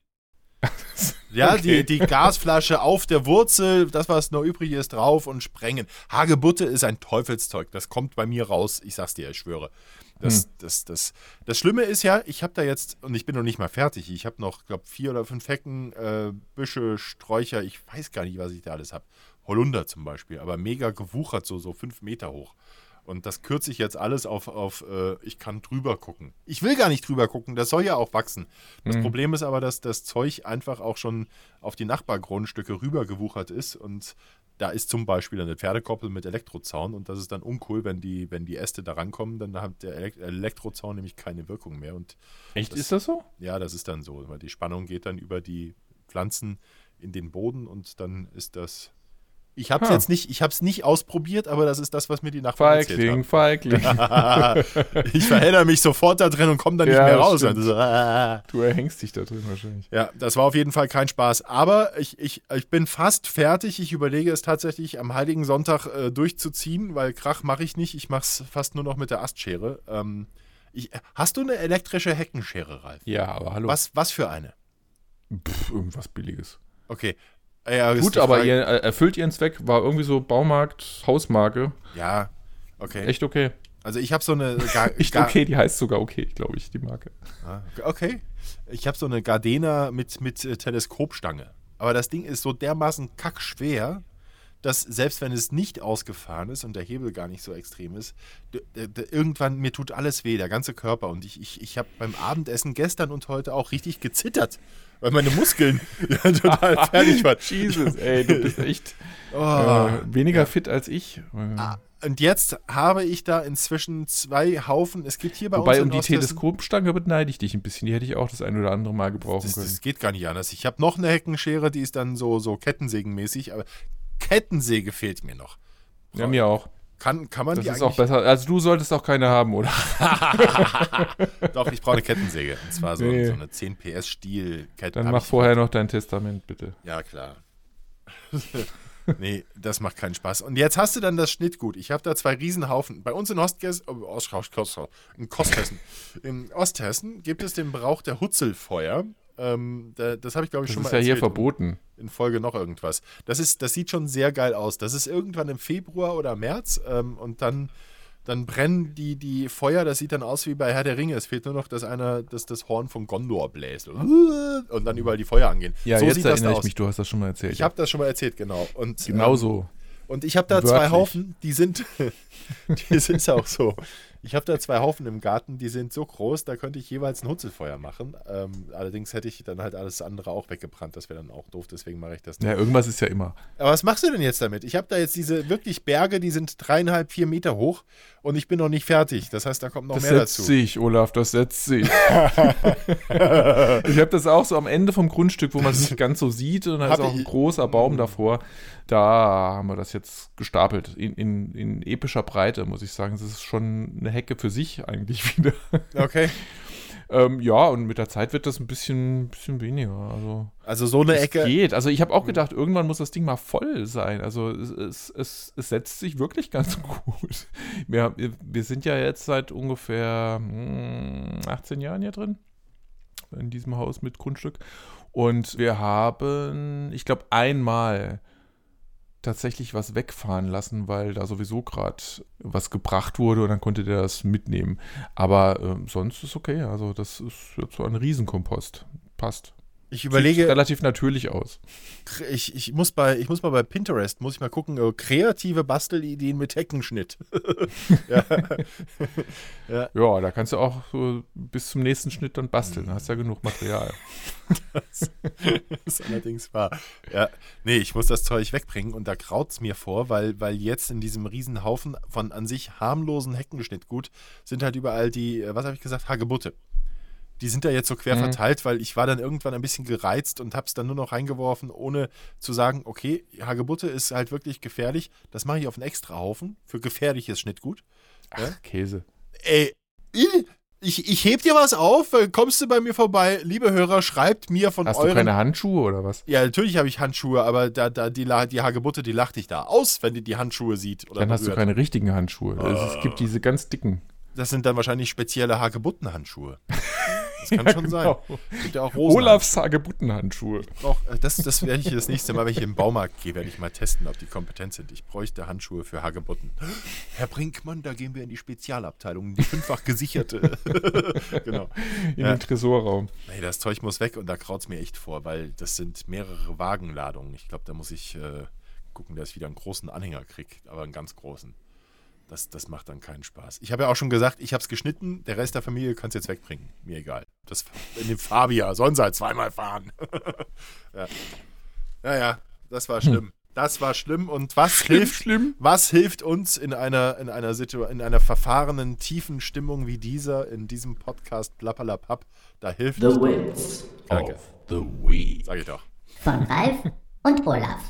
Ja, Okay. die, die Gasflasche auf der Wurzel, das, was noch übrig ist, drauf und sprengen. Hagebutte ist ein Teufelszeug, das kommt bei mir raus, ich sag's dir, ich schwöre. Das, Hm. das, das, das Schlimme ist ja, ich habe da jetzt, und ich bin noch nicht mal fertig, ich habe noch, glaube vier oder fünf Hecken, äh, Büsche, Sträucher, ich weiß gar nicht, was ich da alles habe. Holunder zum Beispiel, aber mega gewuchert, so, so fünf Meter hoch. Und das kürze ich jetzt alles auf, auf äh, ich kann drüber gucken. Ich will gar nicht drüber gucken, das soll ja auch wachsen. Das Mhm. Problem ist aber, dass das Zeug einfach auch schon auf die Nachbargrundstücke rüber gewuchert ist. Und da ist zum Beispiel eine Pferdekoppel mit Elektrozaun. Und das ist dann uncool, wenn die, wenn die Äste da rankommen, dann hat der Elek- Elektrozaun nämlich keine Wirkung mehr. Und Echt, das- ist das so? ja, das ist dann so, weil die Spannung geht dann über die Pflanzen in den Boden und dann ist das. Ich habe es Ha. jetzt nicht, ich habe es nicht ausprobiert, aber das ist das, was mir die Nachbarn erzählt Feigling, Feigling. haben. Ich verhedder mich sofort da drin und komme da nicht Ja, mehr das raus. stimmt. Und so, ah. Du erhängst dich da drin wahrscheinlich. Ja, das war auf jeden Fall kein Spaß. Aber ich, ich, ich bin fast fertig. Ich überlege es tatsächlich am Heiligen Sonntag äh, durchzuziehen, weil Krach mache ich nicht. Ich mache es fast nur noch mit der Astschere. Ähm, ich, hast du eine elektrische Heckenschere, Ralf? Ja, aber hallo. Was, was für eine? Pff, irgendwas Billiges. Okay. Ja, ist Gut, die aber Frage- ihr äh, erfüllt ihren Zweck, war irgendwie so Baumarkt, Hausmarke. Ja, okay. Echt okay. Also ich habe so eine... Ga Echt Ga okay, die heißt sogar okay, glaube ich, die Marke. Ah, okay. Ich habe so eine Gardena mit, mit äh, Teleskopstange. Aber das Ding ist so dermaßen kackschwer, dass selbst wenn es nicht ausgefahren ist und der Hebel gar nicht so extrem ist, d- d- irgendwann, mir tut alles weh, der ganze Körper. Und ich, ich, ich habe beim Abendessen gestern und heute auch richtig gezittert, weil meine Muskeln ja, total fertig waren. Jesus, ey, du bist echt Oh. äh, weniger fit als ich. Äh, Ah, Und jetzt habe ich da inzwischen zwei Haufen. Es gibt hier bei Wobei uns um in die Osthessen- Teleskopstange beneide ich dich ein bisschen. Die hätte ich auch das ein oder andere Mal gebrauchen Das, können. das geht gar nicht anders. Ich habe noch eine Heckenschere, die ist dann so, so kettensägenmäßig, aber Kettensäge fehlt mir noch. Ja, mir auch. Kann, kann man Das die ist eigentlich... auch besser. Also du solltest auch keine haben, oder? Doch, ich brauche eine Kettensäge. Und zwar so, Nee. so eine zehn P S Stiel-Kette. Dann Hab mach ich- vorher noch dein Testament, bitte. Ja, klar. Nee, das macht keinen Spaß. Und jetzt hast du dann das Schnittgut. Ich habe da zwei Riesenhaufen. Bei uns in Ostges oh, Ost, Ost, Ost, in Kosthessen. In Osthessen gibt es den Brauch der Hutzelfeuer. Ähm, da, das habe ich, glaube ich, Das schon ist mal ja hier erzählt. verboten. In Folge noch irgendwas. Das, ist, das sieht schon sehr geil aus. Das ist irgendwann im Februar oder März ähm, und dann, dann brennen die, die Feuer. Das sieht dann aus wie bei Herr der Ringe. Es fehlt nur noch, dass einer dass das Horn von Gondor bläst. Und dann überall die Feuer angehen. Ja, so jetzt sieht das erinnere aus. ich mich, du hast das schon mal erzählt. Ich habe das schon mal erzählt, genau. Und, Genau ähm, so. und ich habe da Wörtlich. zwei Haufen, die sind, das ist auch so. Ich habe da zwei Haufen im Garten, die sind so groß, da könnte ich jeweils ein Hutzelfeuer machen. Ähm, allerdings hätte ich dann halt alles andere auch weggebrannt, das wäre dann auch doof, deswegen mache ich das nicht. Ja, irgendwas ist ja immer. Aber was machst du denn jetzt damit? Ich habe da jetzt diese wirklich Berge, die sind dreieinhalb, vier Meter hoch und ich bin noch nicht fertig. Das heißt, da kommt noch Das mehr setzt dazu. sich, Olaf, das setzt sich. Ich habe das auch so am Ende vom Grundstück, wo man es nicht ganz so sieht und da ist Hab auch ein ich- großer Baum davor. Da haben wir das jetzt gestapelt. In, in, in epischer Breite, muss ich sagen. Das ist schon eine Hecke für sich eigentlich wieder. Okay. Ähm, ja, und mit der Zeit wird das ein bisschen, bisschen weniger. Also, Also so eine es Ecke. geht. Also ich habe auch gedacht, irgendwann muss das Ding mal voll sein. Also es, es, es, es setzt sich wirklich ganz gut. Wir, wir sind ja jetzt seit ungefähr hm, achtzehn Jahren hier drin. In diesem Haus mit Grundstück. Und wir haben, ich glaube, einmal tatsächlich was wegfahren lassen, weil da sowieso gerade was gebracht wurde und dann konnte der das mitnehmen. Aber äh, sonst ist okay. Also das ist jetzt so ein Riesenkompost. Passt. Ich überlege, sieht relativ natürlich aus. Ich, ich, muss bei, ich muss mal bei Pinterest, muss ich mal gucken, äh, kreative Bastelideen mit Heckenschnitt. ja. ja. ja, da kannst du auch so bis zum nächsten Schnitt dann basteln. Da hast ja genug Material. Das ist allerdings wahr. Ja, nee, ich muss das Zeug wegbringen und da kraut's mir vor, weil, weil jetzt in diesem riesen Haufen von an sich harmlosen Heckenschnittgut sind halt überall die, was habe ich gesagt, Hagebutte. Die sind da jetzt so quer mhm. verteilt, weil ich war dann irgendwann ein bisschen gereizt und habe es dann nur noch reingeworfen, ohne zu sagen, okay, Hagebutte ist halt wirklich gefährlich. Das mache ich auf einen Extrahaufen für gefährliches Schnittgut. Ach, ja? Käse. Ey, ich, ich heb dir was auf, kommst du bei mir vorbei. Liebe Hörer, schreibt mir von Hast euren... Hast du keine Handschuhe oder was? Ja, natürlich habe ich Handschuhe, aber da, da, die, die Hagebutte, die lacht dich da aus, wenn die die Handschuhe sieht. Oder dann berührt. Hast du keine richtigen Handschuhe. Uh. Es, es gibt diese ganz dicken. Das sind dann wahrscheinlich spezielle Hagebuttenhandschuhe. Das kann ja, schon genau. sein. Gibt ja auch Rosen. Olafs Hagebuttenhandschuhe. Das, das werde ich das nächste Mal, wenn ich im Baumarkt gehe, werde ich mal testen, ob die kompetent sind. Ich bräuchte Handschuhe für Hagebutten. Herr Brinkmann, da gehen wir in die Spezialabteilung, die fünffach gesicherte. genau. In ja. den Tresorraum. Nee, das Zeug muss weg und da kraut es mir echt vor, weil das sind mehrere Wagenladungen. Ich glaube, da muss ich äh, gucken, dass ich wieder einen großen Anhänger kriege, aber einen ganz großen. Das, das macht dann keinen Spaß. Ich habe ja auch schon gesagt, ich habe es geschnitten, der Rest der Familie kann es jetzt wegbringen. Mir egal. Das in dem Fabia, sollen sie halt zweimal fahren. ja. ja, ja, das war schlimm. Hm. Das war schlimm. Und was schlimm, hilft, schlimm. was hilft uns in einer, in einer Situation, in einer verfahrenen, tiefen Stimmung wie dieser, in diesem Podcast Plappalapapp? Da hilft The Wits Danke. of the Week. Sag ich doch. Von Ralf und Olaf.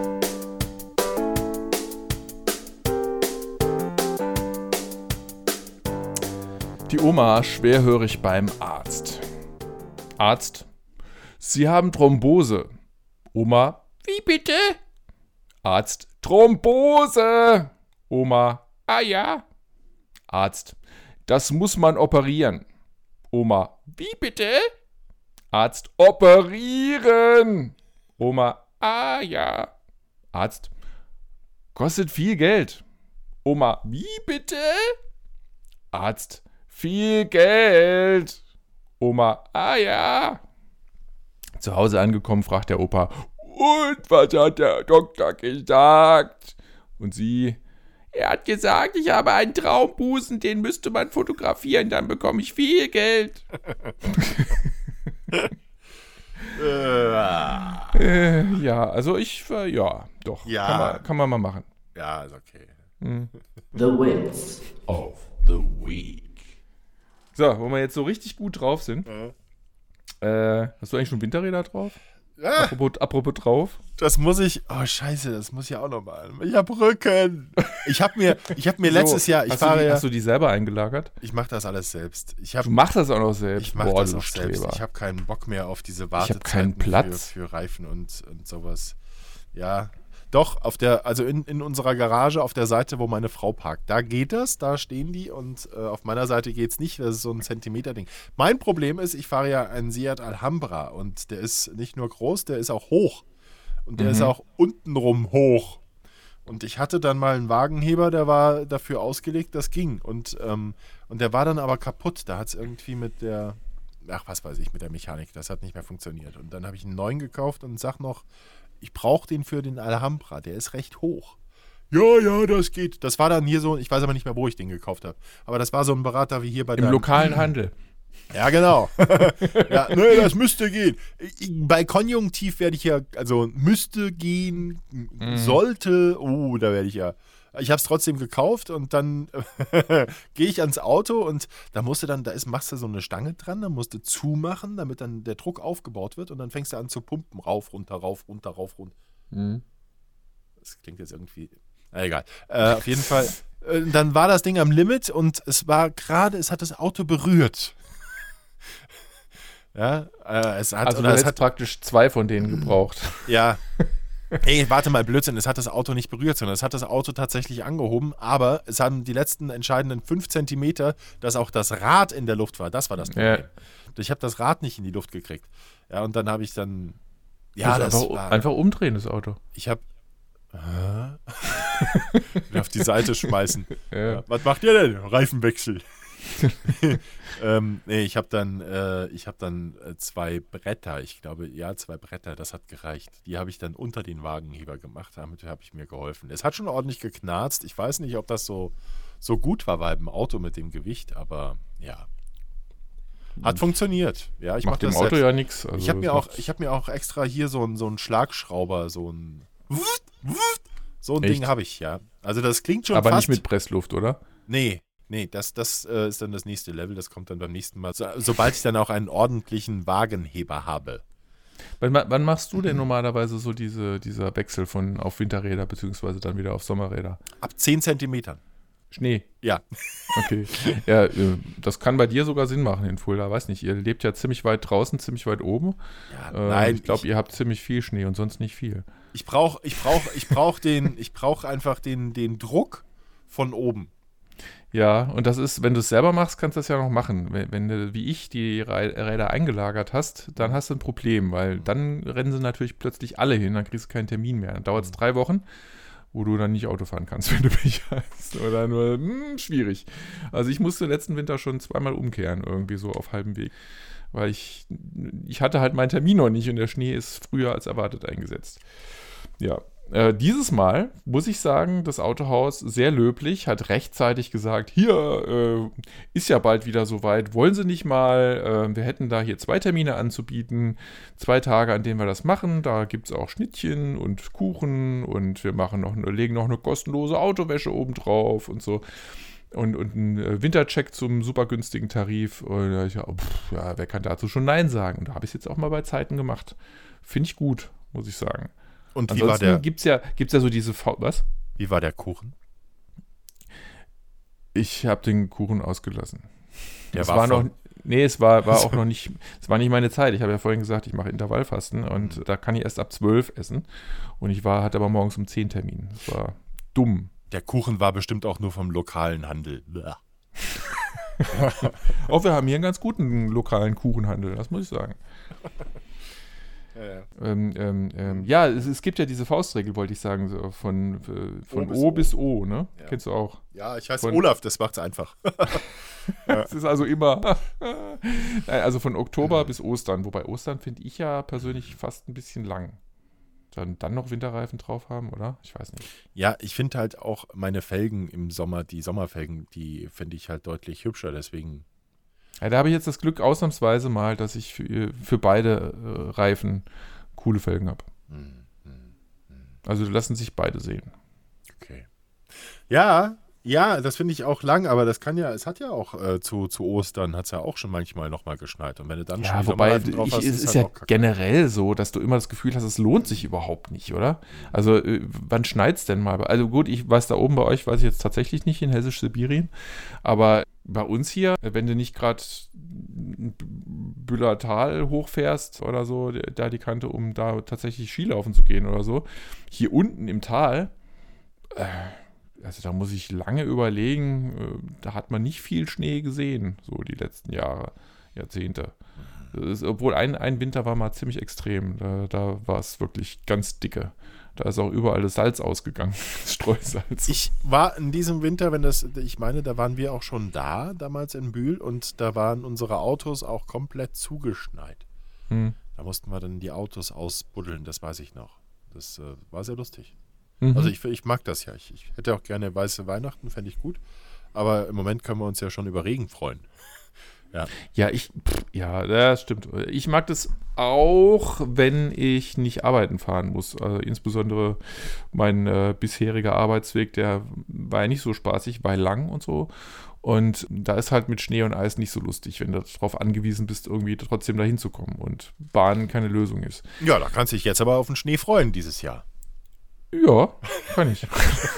Die Oma schwerhörig beim Arzt. Arzt: Sie haben Thrombose. Oma: Wie bitte? Arzt: Thrombose. Oma: Ah ja. Arzt: Das muss man operieren. Oma: Wie bitte? Arzt: Operieren. Oma: Ah ja. Arzt: Kostet viel Geld. Oma: Wie bitte? Arzt: Viel Geld. Oma: Ah ja. Zu Hause angekommen, fragt der Opa: Und was hat der Doktor gesagt? Und sie: Er hat gesagt, ich habe einen Traumbusen, den müsste man fotografieren, dann bekomme ich viel Geld. äh, ja, also ich, äh, ja, doch, Ja. Kann, man, kann man mal machen. Ja, ist okay. Hm. The Wits of the Week. So, wo wir jetzt so richtig gut drauf sind. Mhm. Äh, hast du eigentlich schon Winterräder drauf? Ja, Apropos, apropos drauf. das muss ich. Oh, scheiße, das muss ich auch nochmal. Ich hab Rücken. Ich hab mir, ich hab mir letztes So, Jahr. Ich hast, du fahre die, ja. hast du die selber eingelagert? Ich mache das alles selbst. Ich hab, Du machst das auch noch selbst. ich mach Boah, das du auch selbst. Streber. Ich habe keinen Bock mehr auf diese hab Wartezeiten keinen Platz. Für, für Reifen und, und sowas. Ja. Doch, auf der, also in, in unserer Garage auf der Seite, wo meine Frau parkt, da geht das, da stehen die und äh, auf meiner Seite geht es nicht, das ist so ein Zentimeter-Ding. Mein Problem ist, ich fahre ja einen Seat Alhambra und der ist nicht nur groß, der ist auch hoch. Und der Mhm. ist auch untenrum hoch. Und ich hatte dann mal einen Wagenheber, der war dafür ausgelegt, das ging. Und, ähm, und der war dann aber kaputt. Da hat es irgendwie mit der, ach was weiß ich, mit der Mechanik, das hat nicht mehr funktioniert. Und dann habe ich einen neuen gekauft und sag noch, ich brauche den für den Alhambra, der ist recht hoch. Ja, ja, das geht. Das war dann hier so, ich weiß aber nicht mehr, wo ich den gekauft habe. Aber das war so ein Berater wie hier bei Im der. lokalen Handel. Ja, genau. ja, ne, das müsste gehen. Ich, bei Konjunktiv werde ich ja, also müsste gehen, Mhm. sollte, oh, da werde ich ja. Ich habe es trotzdem gekauft und dann gehe ich ans Auto und da musst du dann, da ist, machst du so eine Stange dran, dann musst du zumachen, damit dann der Druck aufgebaut wird und dann fängst du an zu pumpen, rauf, runter, rauf, runter, rauf, runter. Mhm. Das klingt jetzt irgendwie, na egal. Äh, auf jeden Fall, äh, dann war das Ding am Limit und es war gerade, es hat das Auto berührt. Ja, äh, es hat, Also du oder es hättest hat praktisch zwei von denen gebraucht. ja. Ey, warte mal, Blödsinn, es hat das Auto nicht berührt, sondern es hat das Auto tatsächlich angehoben, aber es haben die letzten entscheidenden fünf Zentimeter, dass auch das Rad in der Luft war. Das war das Problem. Ja. Ich habe das Rad nicht in die Luft gekriegt. Ja, und dann habe ich dann. Ja, Ja, das einfach, war. einfach umdrehen, das Auto. Ich habe. Äh? auf die Seite schmeißen. Ja. Ja, was macht ihr denn? Reifenwechsel. ähm, nee, ich habe dann, äh, ich hab dann äh, zwei Bretter, ich glaube, ja, zwei Bretter, das hat gereicht. Die habe ich dann unter den Wagenheber gemacht, damit habe ich mir geholfen. Es hat schon ordentlich geknarzt. Ich weiß nicht, ob das so, so gut war bei einem Auto mit dem Gewicht, aber ja. Hat funktioniert. Ja, ich Macht mach dem das Auto selbst. ja nichts. Also Ich habe mir, das auch- macht- ich hab mir auch extra hier so einen so einen Schlagschrauber, so ein so ein Echt? Ding habe ich, ja. Also das klingt schon Aber fast... nicht mit Pressluft, oder? Nee, nee, das, das äh, ist dann das nächste Level, das kommt dann beim nächsten Mal. So, sobald ich dann auch einen ordentlichen Wagenheber habe. Wann, wann machst du denn normalerweise so diese, dieser Wechsel von auf Winterräder beziehungsweise dann wieder auf Sommerräder? Ab zehn Zentimetern. Schnee. Ja. Okay. Ja, äh, das kann bei dir sogar Sinn machen in Fulda. Weiß nicht, ihr lebt ja ziemlich weit draußen, ziemlich weit oben. ja Äh, nein, ich glaube, ihr habt ziemlich viel Schnee und sonst nicht viel. ich brauche ich brauch, ich brauch den, ich brauche einfach den, den Druck von oben. Ja, und das ist, wenn du es selber machst, kannst du das ja noch machen. Wenn, wenn du, wie ich, die Rei- Räder eingelagert hast, dann hast du ein Problem, weil dann rennen sie natürlich plötzlich alle hin, dann kriegst du keinen Termin mehr. Dann dauert es drei Wochen, wo du dann nicht Auto fahren kannst, wenn du Pech hast. Oder nur, hm, schwierig. Also ich musste letzten Winter schon zweimal umkehren, irgendwie so auf halbem Weg. Weil ich, ich hatte halt meinen Termin noch nicht und der Schnee ist früher als erwartet eingesetzt. Ja, äh, dieses Mal muss ich sagen, das Autohaus sehr löblich, hat rechtzeitig gesagt, hier äh, ist ja bald wieder soweit, wollen Sie nicht mal, äh, wir hätten da hier zwei Termine anzubieten, zwei Tage, an denen wir das machen, da gibt es auch Schnittchen und Kuchen und wir machen noch, legen noch eine kostenlose Autowäsche oben drauf und so. Und, und einen äh, Wintercheck zum super günstigen Tarif. Und da ich, ja, pff, ja, wer kann dazu schon Nein sagen? Und da habe ich es jetzt auch mal bei Zeiten gemacht. Finde ich gut, muss ich sagen. Und wie war, Ansonsten der, gibt es ja, gibt's ja so diese V. Was? wie war der Kuchen? Ich habe den Kuchen ausgelassen. Der es war war noch. von- Nee, es war, war auch noch nicht. Es war nicht meine Zeit. Ich habe ja vorhin gesagt, ich mache Intervallfasten und Mhm. da kann ich erst ab zwölf essen. Und ich war, hatte aber morgens um zehn Termin. Das war dumm. Der Kuchen war bestimmt auch nur vom lokalen Handel. Bäh. Auch wir haben hier einen ganz guten lokalen Kuchenhandel, das muss ich sagen. Ja, ja. Ähm, ähm, ähm, ja, es, es gibt ja diese Faustregel, wollte ich sagen, so von, äh, von O O bis bis O, ne? Ja. Kennst du auch. Ja, ich heiße Von- Olaf, das macht's einfach. Es ist also immer, Nein, also von Oktober bis Ostern, wobei Ostern finde ich ja persönlich fast ein bisschen lang. Dann, dann noch Winterreifen drauf haben, oder? Ich weiß nicht. Ja, ich finde halt auch meine Felgen im Sommer, die Sommerfelgen, die finde ich halt deutlich hübscher, deswegen. Ja, da habe ich jetzt das Glück ausnahmsweise mal, dass ich für, für beide äh, Reifen coole Felgen habe. Hm, hm, Also lassen sich beide sehen. okay. Ja, ja, das finde ich auch lang, aber das kann ja, es hat ja auch äh, zu, zu Ostern, hat es ja auch schon manchmal nochmal geschneit. Und wenn du dann schon Ja, die wobei Sommerreifen drauf ich, hast, es ist ist halt ja auch kacke. generell so, dass du immer das Gefühl hast, es lohnt sich überhaupt nicht, oder? Also äh, wann schneit's denn mal? Also gut, ich weiß da oben bei euch, weiß ich jetzt tatsächlich nicht, in Hessisch-Sibirien, aber bei uns hier, wenn du nicht gerade Büllertal hochfährst oder so, da die Kante, um da tatsächlich Skilaufen zu gehen oder so, hier unten im Tal, äh, also da muss ich lange überlegen, äh, da hat man nicht viel Schnee gesehen, so die letzten Jahre, Jahrzehnte. Das ist, obwohl ein, ein Winter war mal ziemlich extrem, da, da war es wirklich ganz dicke. Da ist auch überall das Salz ausgegangen, das Streusalz. Ich war in diesem Winter, wenn das, ich meine, da waren wir auch schon da, damals in Bühl, und da waren unsere Autos auch komplett zugeschneit. Hm. Da mussten wir dann die Autos ausbuddeln, das weiß ich noch. Das äh, war sehr lustig. Mhm. Also ich, ich mag das ja. Ich, ich hätte auch gerne weiße Weihnachten, fände ich gut. Aber im Moment können wir uns ja schon über Regen freuen. Ja, ich, pff, ja, das stimmt. Ich mag das auch, wenn ich nicht arbeiten fahren muss. Also insbesondere mein äh, bisheriger Arbeitsweg, der war ja nicht so spaßig, war lang und so. Und da ist halt mit Schnee und Eis nicht so lustig, wenn du darauf angewiesen bist, irgendwie trotzdem dahin zu kommen und Bahn keine Lösung ist. Ja, da kannst du dich jetzt aber auf den Schnee freuen dieses Jahr. Ja, kann ich.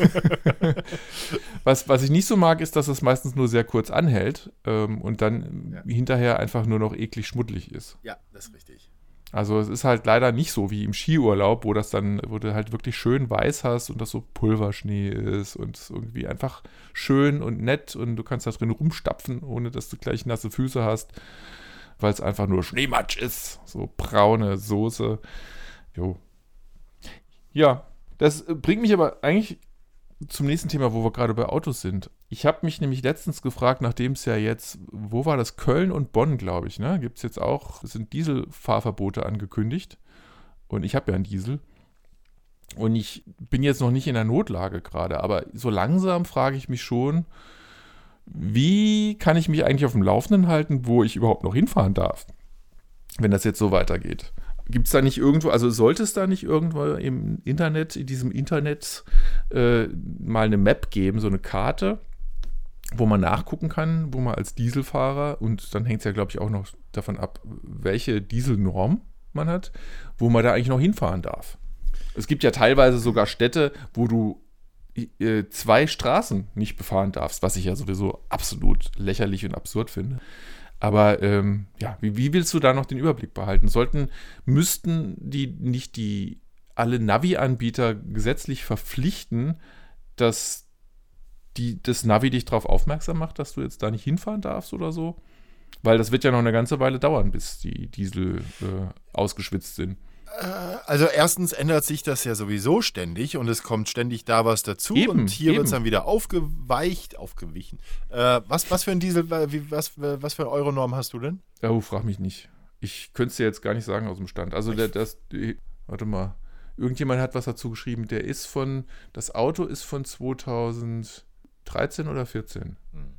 was, was ich nicht so mag, ist, dass es meistens nur sehr kurz anhält ähm, und dann Ja. hinterher einfach nur noch eklig schmuddelig ist. Ja, das ist richtig. Also es ist halt leider nicht so wie im Skiurlaub, wo das dann, wo du halt wirklich schön weiß hast und das so Pulverschnee ist und es irgendwie einfach schön und nett und du kannst da drin rumstapfen, ohne dass du gleich nasse Füße hast, weil es einfach nur Schneematsch ist. So braune Soße. Jo. Ja, das bringt mich aber eigentlich zum nächsten Thema, wo wir gerade bei Autos sind. Ich habe mich nämlich letztens gefragt, nachdem es ja jetzt, wo war das? Köln und Bonn, glaube ich, ne? Gibt es jetzt auch, es sind Dieselfahrverbote angekündigt. Und ich habe ja einen Diesel. Und ich bin jetzt noch nicht in der Notlage gerade, aber so langsam frage ich mich schon, wie kann ich mich eigentlich auf dem Laufenden halten, wo ich überhaupt noch hinfahren darf, wenn das jetzt so weitergeht? Gibt es da nicht irgendwo, also sollte es da nicht irgendwo im Internet, in diesem Internet äh, mal eine Map geben, so eine Karte, wo man nachgucken kann, wo man als Dieselfahrer, und dann hängt es ja, glaube ich, auch noch davon ab, welche Dieselnorm man hat, wo man da eigentlich noch hinfahren darf. Es gibt ja teilweise sogar Städte, wo du äh, zwei Straßen nicht befahren darfst, was ich ja sowieso absolut lächerlich und absurd finde. Aber ähm, ja, wie, wie willst du da noch den Überblick behalten? Sollten, müssten die nicht die alle Navi-Anbieter gesetzlich verpflichten, dass die, das Navi dich darauf aufmerksam macht, dass du jetzt da nicht hinfahren darfst oder so? Weil das wird ja noch eine ganze Weile dauern, bis die Diesel äh, ausgeschwitzt sind. Also erstens ändert sich das ja sowieso ständig und es kommt ständig da was dazu Eben, und hier wird es eben. dann wieder aufgeweicht, aufgewichen. Äh, was, was für ein Diesel, wie, was, was für eine Euronorm hast du denn? Oh, frag mich nicht. Ich könnte es dir jetzt gar nicht sagen aus dem Stand. Also der, das, die, warte mal, irgendjemand hat was dazu geschrieben, der ist von, das Auto ist von zweitausenddreizehn oder vierzehn.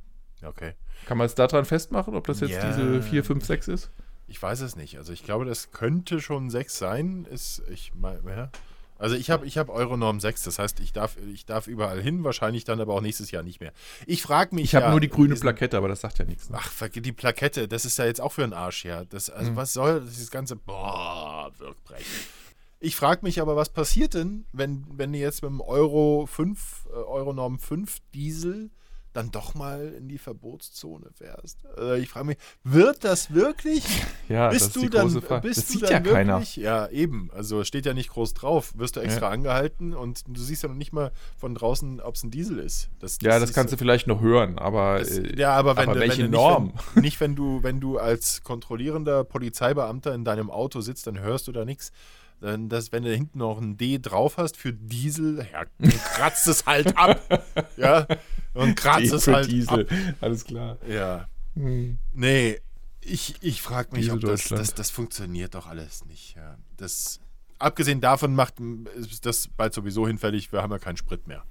Okay. Kann man es daran festmachen, ob das jetzt Ja. diese vier, fünf, sechs ist? Ich weiß es nicht. Also ich glaube, das könnte schon sechs sein. Ist, ich mein, ja. Also ich habe ich hab Euronorm sechs, das heißt, ich darf, ich darf überall hin, wahrscheinlich dann aber auch nächstes Jahr nicht mehr. Ich frage mich Ich habe ja, nur die grüne diesen- Plakette, aber das sagt ja nichts. Ne? Ach, vergiss die Plakette, das ist ja jetzt auch für einen Arsch, ja. Das, also Mhm. was soll dieses ganze, boah, Wirkbrechen. Ich frage mich aber, was passiert denn, wenn, wenn ihr jetzt mit dem Euro fünf, äh, Euronorm fünf Diesel dann doch mal in die Verbotszone fährst? Äh, ich frage mich, wird das wirklich? Ja, bist das du ist die dann, große Frage. bist Das du sieht dann ja keiner. wirklich? Ja, eben. Also steht ja nicht groß drauf. Wirst du extra Ja. angehalten und du siehst ja noch nicht mal von draußen, ob es ein Diesel ist. Das, Ja, das siehst kannst du vielleicht noch hören, aber, das, äh, ja, aber wenn aber du, welche wenn du Norm? Nicht, wenn, nicht wenn du, wenn du als kontrollierender Polizeibeamter in deinem Auto sitzt, dann hörst du da nichts. Dann das, wenn du hinten noch ein D drauf hast für Diesel, ja, dann kratzt es halt ab. Ja, und kratzt es für halt Diesel. ab. Alles klar. Ja. Hm. Nee, ich, ich frage mich, Diesel ob das, Deutschland. das, das funktioniert doch alles nicht. Ja. Das, abgesehen davon macht ist das bald sowieso hinfällig, wir haben ja keinen Sprit mehr.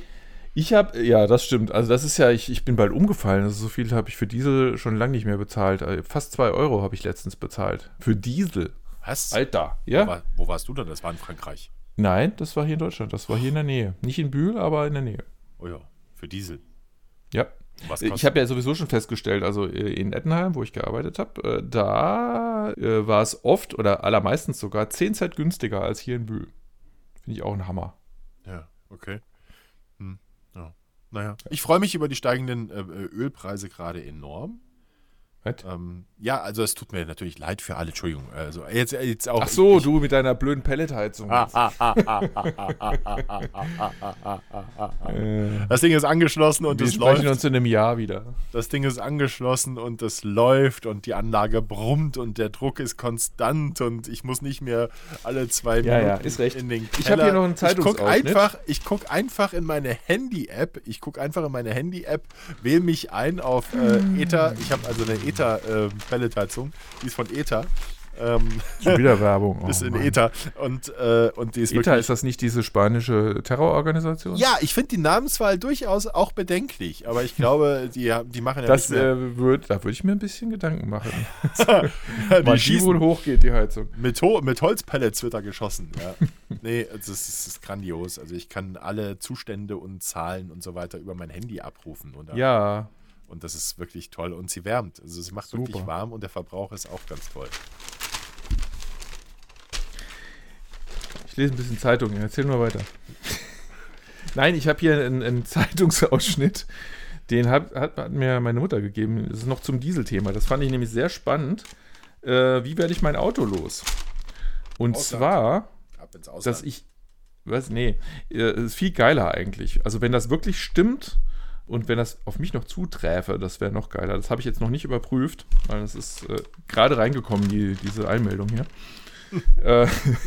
Ich habe, ja, das stimmt. Also das ist ja, ich, ich bin bald umgefallen. Also so viel habe ich für Diesel schon lange nicht mehr bezahlt. Also fast zwei Euro habe ich letztens bezahlt. Für Diesel. Was? Alter. Wo, Ja? war, wo warst du denn? Das war in Frankreich. Nein, das war hier in Deutschland. Das war hier in der Nähe. Nicht in Bühl, aber in der Nähe. Oh ja, für Diesel. Ja. Was Ich kostet? habe ja sowieso schon festgestellt, also äh, in Ettenheim, wo ich gearbeitet habe, äh, da äh, war es oft oder allermeistens sogar zehn Cent günstiger als hier in Bühl. Finde ich auch ein Hammer. Ja, okay. Hm, ja. Naja. Ich freue mich über die steigenden äh, Ölpreise gerade enorm. Was? Ähm, ja, also es tut mir natürlich leid für alle, Entschuldigung. Also jetzt, jetzt auch. Ach so, ich, du mit deiner blöden Pelletheizung. Ah, ah, ah, ah, ah, ah, ah, ah, ah, ah, ah, ah, ah. Äh, Das Ding ist angeschlossen und wir es sprechen läuft. uns in einem Jahr wieder. Das Ding ist angeschlossen und es läuft und die Anlage brummt und der Druck ist konstant und ich muss nicht mehr alle zwei Ja, Minuten ja, ist recht. in den Keller. Ich habe hier noch einen Ich gucke Zeitungsausschnitt. einfach, ich guck einfach in meine Handy-App. Ich gucke einfach in meine Handy-App, wähle mich ein auf äh, Ether. Ich habe also eine Ether-Pelletheizung. die ist von Ether. Ähm, Schon wieder Werbung. Oh, ist in Mann. Ether. Und, äh, und die ist ETA, wirklich. ist das nicht diese spanische Terrororganisation? Ja, ich finde die Namenswahl durchaus auch bedenklich, aber ich glaube, die, die machen ja Das nicht mehr. äh, wird, da würde ich mir ein bisschen Gedanken machen. Ja, Wann die die schießen wohl hochgeht, die Heizung. mit, Ho mit Holzpellets wird da geschossen. Ja. Nee, das ist, das ist grandios. Also ich kann alle Zustände und Zahlen und so weiter über mein Handy abrufen. Und, Ja, und das ist wirklich toll. Und sie wärmt. Also sie macht wirklich Super. warm und der Verbrauch ist auch ganz toll. ich lese ein bisschen Zeitung. Erzähl nur weiter. Nein, ich habe hier einen, einen Zeitungsausschnitt. Den hat, hat, hat mir meine Mutter gegeben. Das ist noch zum Dieselthema. Das fand ich nämlich sehr spannend. Äh, wie werde ich mein Auto los? Und Ausland. zwar, Ab ins Ausland. dass ich, was, nee, äh, ist viel geiler eigentlich. Also wenn das wirklich stimmt und wenn das auf mich noch zuträfe, das wäre noch geiler. Das habe ich jetzt noch nicht überprüft, weil das ist äh, gerade reingekommen, die, diese Einmeldung hier. äh,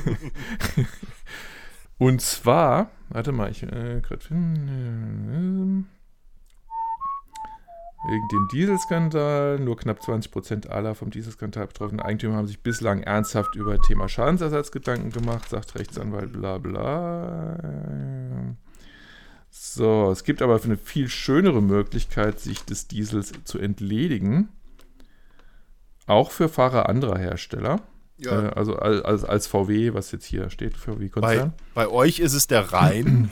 und zwar, warte mal, ich äh, gerade finden. Äh, Wegen dem Dieselskandal, nur knapp zwanzig Prozent aller vom Dieselskandal betroffenen Eigentümer haben sich bislang ernsthaft über Thema Schadensersatz Gedanken gemacht, sagt Rechtsanwalt bla bla. So, es gibt aber eine viel schönere Möglichkeit, sich des Diesels zu entledigen. Auch für Fahrer anderer Hersteller. Ja. Äh, also als, als V W, was jetzt hier steht, V W-Konzern. Bei, bei euch ist es der Rhein.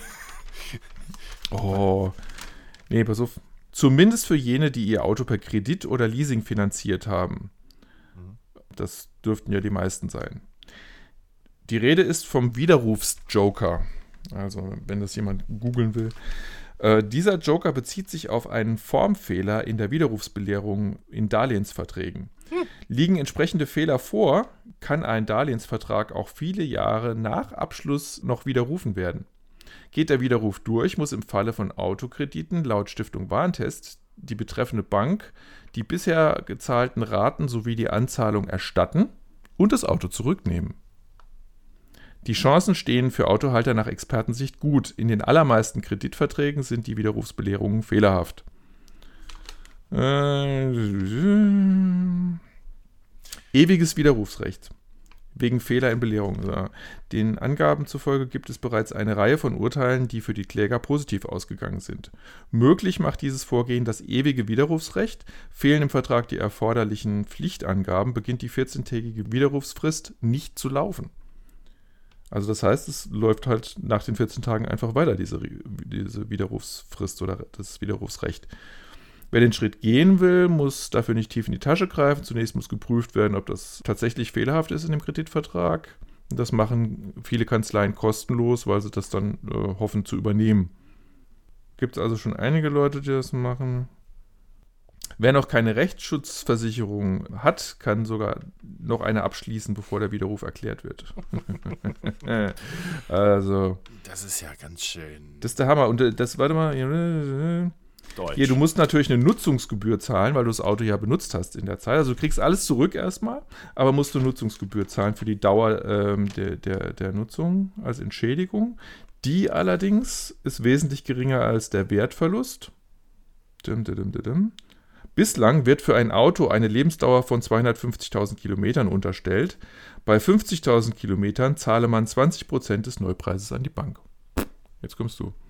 Oh, nee, pass auf. Zumindest für jene, die ihr Auto per Kredit oder Leasing finanziert haben. Das dürften ja die meisten sein. Die Rede ist vom Widerrufsjoker. Also, wenn das jemand googeln will. Äh, dieser Joker bezieht sich auf einen Formfehler in der Widerrufsbelehrung in Darlehensverträgen. Hm. Liegen entsprechende Fehler vor, kann ein Darlehensvertrag auch viele Jahre nach Abschluss noch widerrufen werden. Geht der Widerruf durch, muss im Falle von Autokrediten laut Stiftung Warentest die betreffende Bank die bisher gezahlten Raten sowie die Anzahlung erstatten und das Auto zurücknehmen. Die Chancen stehen für Autohalter nach Expertensicht gut. In den allermeisten Kreditverträgen sind die Widerrufsbelehrungen fehlerhaft. Äh, ewiges Widerrufsrecht. Wegen Fehler in Belehrungen. Den Angaben zufolge gibt es bereits eine Reihe von Urteilen, die für die Kläger positiv ausgegangen sind. Möglich macht dieses Vorgehen das ewige Widerrufsrecht. Fehlen im Vertrag die erforderlichen Pflichtangaben, beginnt die vierzehntägige Widerrufsfrist nicht zu laufen. Also das heißt, es läuft halt nach den vierzehn Tagen einfach weiter, diese, diese Widerrufsfrist oder das Widerrufsrecht. Wer den Schritt gehen will, muss dafür nicht tief in die Tasche greifen. Zunächst muss geprüft werden, ob das tatsächlich fehlerhaft ist in dem Kreditvertrag. Das machen viele Kanzleien kostenlos, weil sie das dann äh, hoffen zu übernehmen. Gibt es also schon einige Leute, die das machen. Wer noch keine Rechtsschutzversicherung hat, kann sogar noch eine abschließen, bevor der Widerruf erklärt wird. Also. Das ist ja ganz schön. Das ist der Hammer. Und das, warte mal. Deutsch. Hier, du musst natürlich eine Nutzungsgebühr zahlen, weil du das Auto ja benutzt hast in der Zeit. Also du kriegst alles zurück erstmal, aber musst du Nutzungsgebühr zahlen für die Dauer ähm, der, der, der Nutzung als Entschädigung. Die allerdings ist wesentlich geringer als der Wertverlust. Dim, dim, dim, dim. Bislang wird für ein Auto eine Lebensdauer von zweihundertfünfzigtausend Kilometern unterstellt. Bei fünfzigtausend Kilometern zahle man zwanzig Prozent des Neupreises an die Bank. Jetzt kommst du.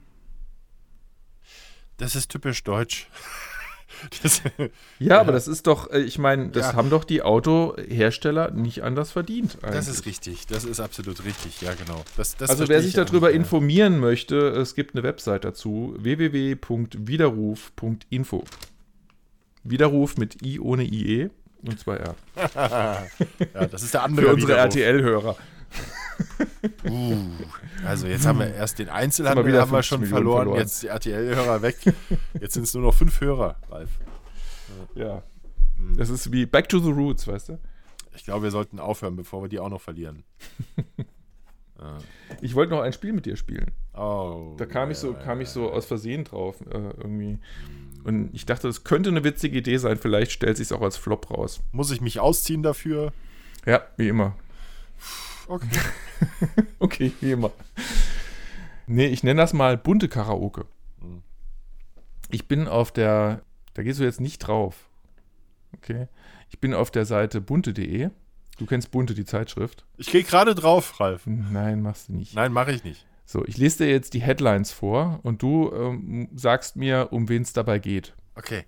Das ist typisch deutsch. Das, ja, ja, aber das ist doch, ich meine, das ja. haben doch die Autohersteller nicht anders verdient. Eigentlich. Das ist richtig, das ist absolut richtig, ja genau. Das, das also wer sich darüber nicht, informieren ja. möchte, es gibt eine Website dazu, w w w punkt widerruf punkt info. Widerruf mit I ohne I E und zwei R. Ja, das ist der andere für unsere Widerruf. R T L-Hörer. Uh, also jetzt haben wir erst den Einzelhandel wieder haben wir schon verloren, verloren, jetzt die R T L-Hörer weg. Jetzt sind es nur noch fünf Hörer, Ralf. Ja. Das ist wie Back to the Roots, weißt du? Ich glaube, wir sollten aufhören, bevor wir die auch noch verlieren. ah. Ich wollte noch ein Spiel mit dir spielen. Oh. Da kam ja, ich so, ja, kam ich so ja. aus Versehen drauf, äh, irgendwie. Und ich dachte, das könnte eine witzige Idee sein. Vielleicht stellt sich es auch als Flop raus. Muss ich mich ausziehen dafür? Ja, wie immer. Okay. Okay, wie immer. Nee, ich nenne das mal bunte Karaoke. Hm. Ich bin auf der, da gehst du jetzt nicht drauf. Okay. Ich bin auf der Seite bunte punkt de. Du kennst Bunte, die Zeitschrift. Ich gehe gerade drauf, Ralf. Nein, machst du nicht. Nein, mache ich nicht. So, ich lese dir jetzt die Headlines vor und du ähm, sagst mir, um wen es dabei geht. Okay.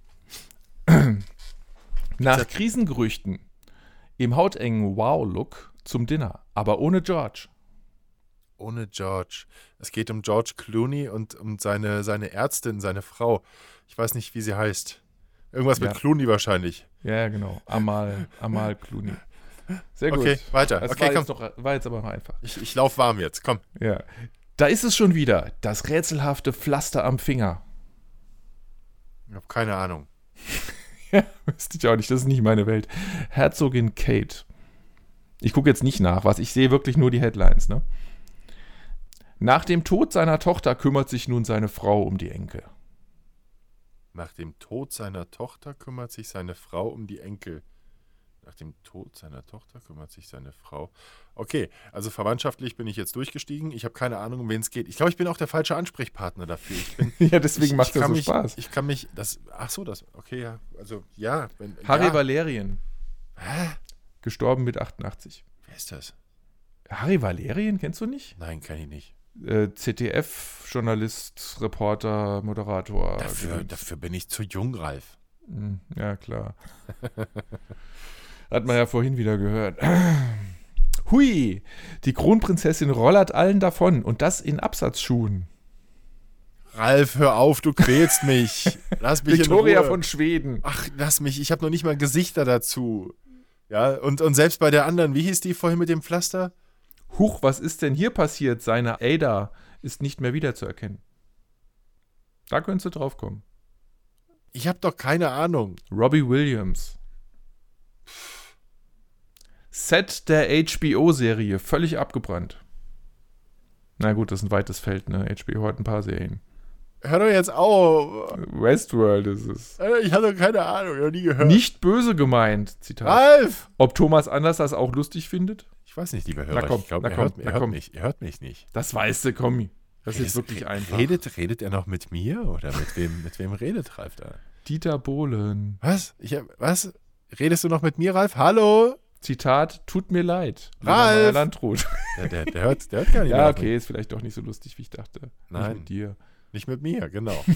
Nach Krisengerüchten im hautengen Wow-Look zum Dinner, aber ohne George. Ohne George. Es geht um George Clooney und um seine, seine Ärztin, seine Frau. Ich weiß nicht, wie sie heißt. Irgendwas ja. mit Clooney wahrscheinlich. Ja, genau. Amal, Amal Clooney. Sehr gut. Okay, weiter. Das Okay, war, komm. jetzt noch, war jetzt aber noch einfach. Ich, ich laufe warm jetzt, komm. Ja. Da ist es schon wieder, das rätselhafte Pflaster am Finger. Ich habe keine Ahnung. Ja, wüsste ich auch nicht, das ist nicht meine Welt. Herzogin Kate. Ich gucke jetzt nicht nach, was, ich sehe wirklich nur die Headlines, ne? Nach dem Tod seiner Tochter kümmert sich nun seine Frau um die Enkel. Nach dem Tod seiner Tochter kümmert sich seine Frau um die Enkel. Nach dem Tod seiner Tochter kümmert sich seine Frau. Okay, also verwandtschaftlich bin ich jetzt durchgestiegen. Ich habe keine Ahnung, um wen es geht. Ich glaube, ich bin auch der falsche Ansprechpartner dafür. Ich bin, Ja, deswegen ich, macht ich das kann so mich, Spaß. Ich kann mich, das, ach so, das, okay, ja, also, ja. Wenn, Harry ja. Valerien, Hä? gestorben mit achtundachtzig. Wer ist das? Harry Valerien, kennst du nicht? Nein, kann ich nicht. Äh, Z D F-Journalist, Reporter, Moderator. Dafür, Gedöns. dafür bin ich zu jung, Ralf. Hm, Ja, klar. Hat man ja vorhin wieder gehört. Hui, die Kronprinzessin rollert allen davon und das in Absatzschuhen. Ralf, hör auf, du quälst mich. Lass mich Victoria in Ruhe. von Schweden. Ach, lass mich, ich habe noch nicht mal Gesichter dazu. Ja, und, und selbst bei der anderen, wie hieß die vorhin mit dem Pflaster? Huch, was ist denn hier passiert? Seine Ada ist nicht mehr wiederzuerkennen. Da könntest du drauf kommen. Ich habe doch keine Ahnung. Robbie Williams. Set der H B O-Serie, völlig abgebrannt. Na gut, das ist ein weites Feld, ne? H B O hat ein paar Serien. Hör doch jetzt auf. Westworld ist es. Äh, Ich habe doch keine Ahnung, ich habe nie gehört. Nicht böse gemeint, Zitat. Ralf! Ob Thomas Anders das auch lustig findet? Ich weiß nicht, lieber Na Hörer, komm, ich glaube, na er, komm, hört, na er, hört komm. mich, er hört mich nicht. Das weißt du, komm. Das ist wirklich Redet- einfach. Redet, redet er noch mit mir oder mit wem, mit wem redet Ralf da? Dieter Bohlen. Was? Ich hab, was? Redest du noch mit mir, Ralf? Hallo? Zitat, tut mir leid. lieber Ralf! Meier Landrut. Der, der, der, hört, der hört gar nicht mehr Ja, auf mich. okay, ist vielleicht doch nicht so lustig, wie ich dachte. Nein. Nicht mit dir. Nicht mit mir, genau.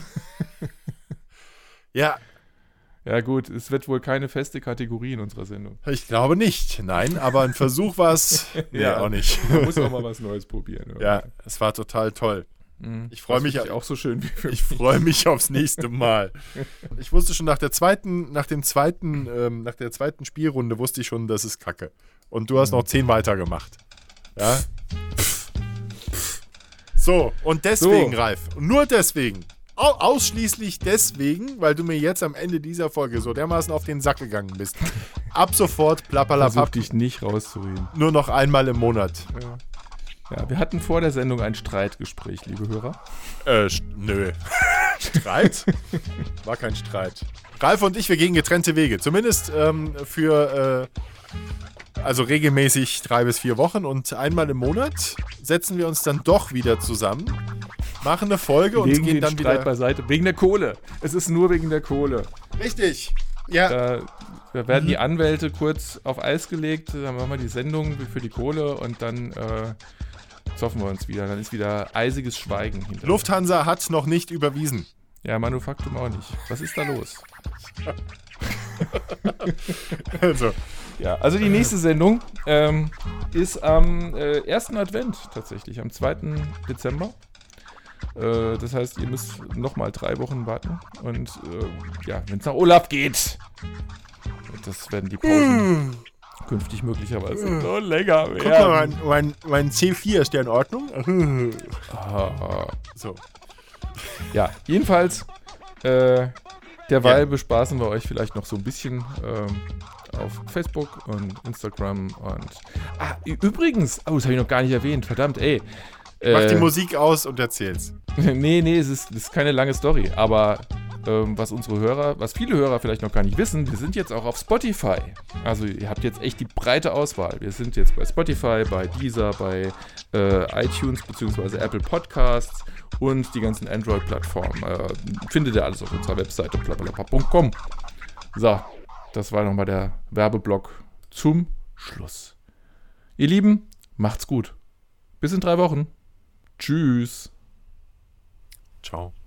Ja, Ja gut, es wird wohl keine feste Kategorie in unserer Sendung. ich glaube nicht. Nein, aber ein Versuch war es. Nee, Ja. auch nicht. Man muss auch mal was Neues probieren. oder? Ja, es war total toll. Mhm. Ich freu Das mich finde ich ja- auch so schön wie für Ich freue mich aufs nächste Mal. Ich wusste schon nach der zweiten, nach dem zweiten, ähm, nach der zweiten Spielrunde wusste ich schon, das ist Kacke. Und du hast noch zehn weitergemacht. Ja. So, und deswegen, So. Ralf, nur deswegen, au- ausschließlich deswegen, weil du mir jetzt am Ende dieser Folge so dermaßen auf den Sack gegangen bist. Ab sofort, Versuch plappalapapp, dich nicht rauszureden. nur noch einmal im Monat. Ja. ja, wir hatten vor der Sendung ein Streitgespräch, liebe Hörer. Äh, st- nö. Streit? War kein Streit. Ralf und ich, wir gehen getrennte Wege. Zumindest ähm, für, äh, also regelmäßig drei bis vier Wochen und einmal im Monat setzen wir uns dann doch wieder zusammen, machen eine Folge und Wegen gehen den dann Streit wieder... beiseite. Wegen der Kohle. Es ist nur wegen der Kohle. Richtig. Ja. Da, da werden die Anwälte kurz auf Eis gelegt, dann machen wir die Sendung für die Kohle und dann äh, zoffen wir uns wieder. Dann ist wieder eisiges Schweigen hinter. Lufthansa hat noch nicht überwiesen. Ja, Manufaktum auch nicht. Was ist da los? Also, Ja, also die nächste Sendung ähm, ist am äh, ersten Advent tatsächlich, am zweiten Dezember. Äh, das heißt, ihr müsst nochmal drei Wochen warten. Und äh, ja, wenn es nach Olaf geht, das werden die Pausen künftig möglicherweise so länger guck mal, mein, werden. mein, mein C vier, ist der in Ordnung? Ah, So. ja, jedenfalls, äh, derweil Ja. bespaßen wir euch vielleicht noch so ein bisschen ähm, auf Facebook und Instagram und. Ah, ü- übrigens, oh, das habe ich noch gar nicht erwähnt, verdammt, ey. Mach die Äh, Musik aus und erzähl's. nee, nee, es ist, es ist keine lange Story, aber ähm, was unsere Hörer, was viele Hörer vielleicht noch gar nicht wissen, wir sind jetzt auch auf Spotify. Also ihr habt jetzt echt die breite Auswahl. Wir sind jetzt bei Spotify, bei Deezer, bei äh, iTunes bzw. Apple Podcasts und die ganzen Android-Plattformen. Äh, findet ihr alles auf unserer Webseite blablabla punkt com. So, das war nochmal der Werbeblock zum Schluss. Ihr Lieben, macht's gut. Bis in drei Wochen. Tschüss. Ciao.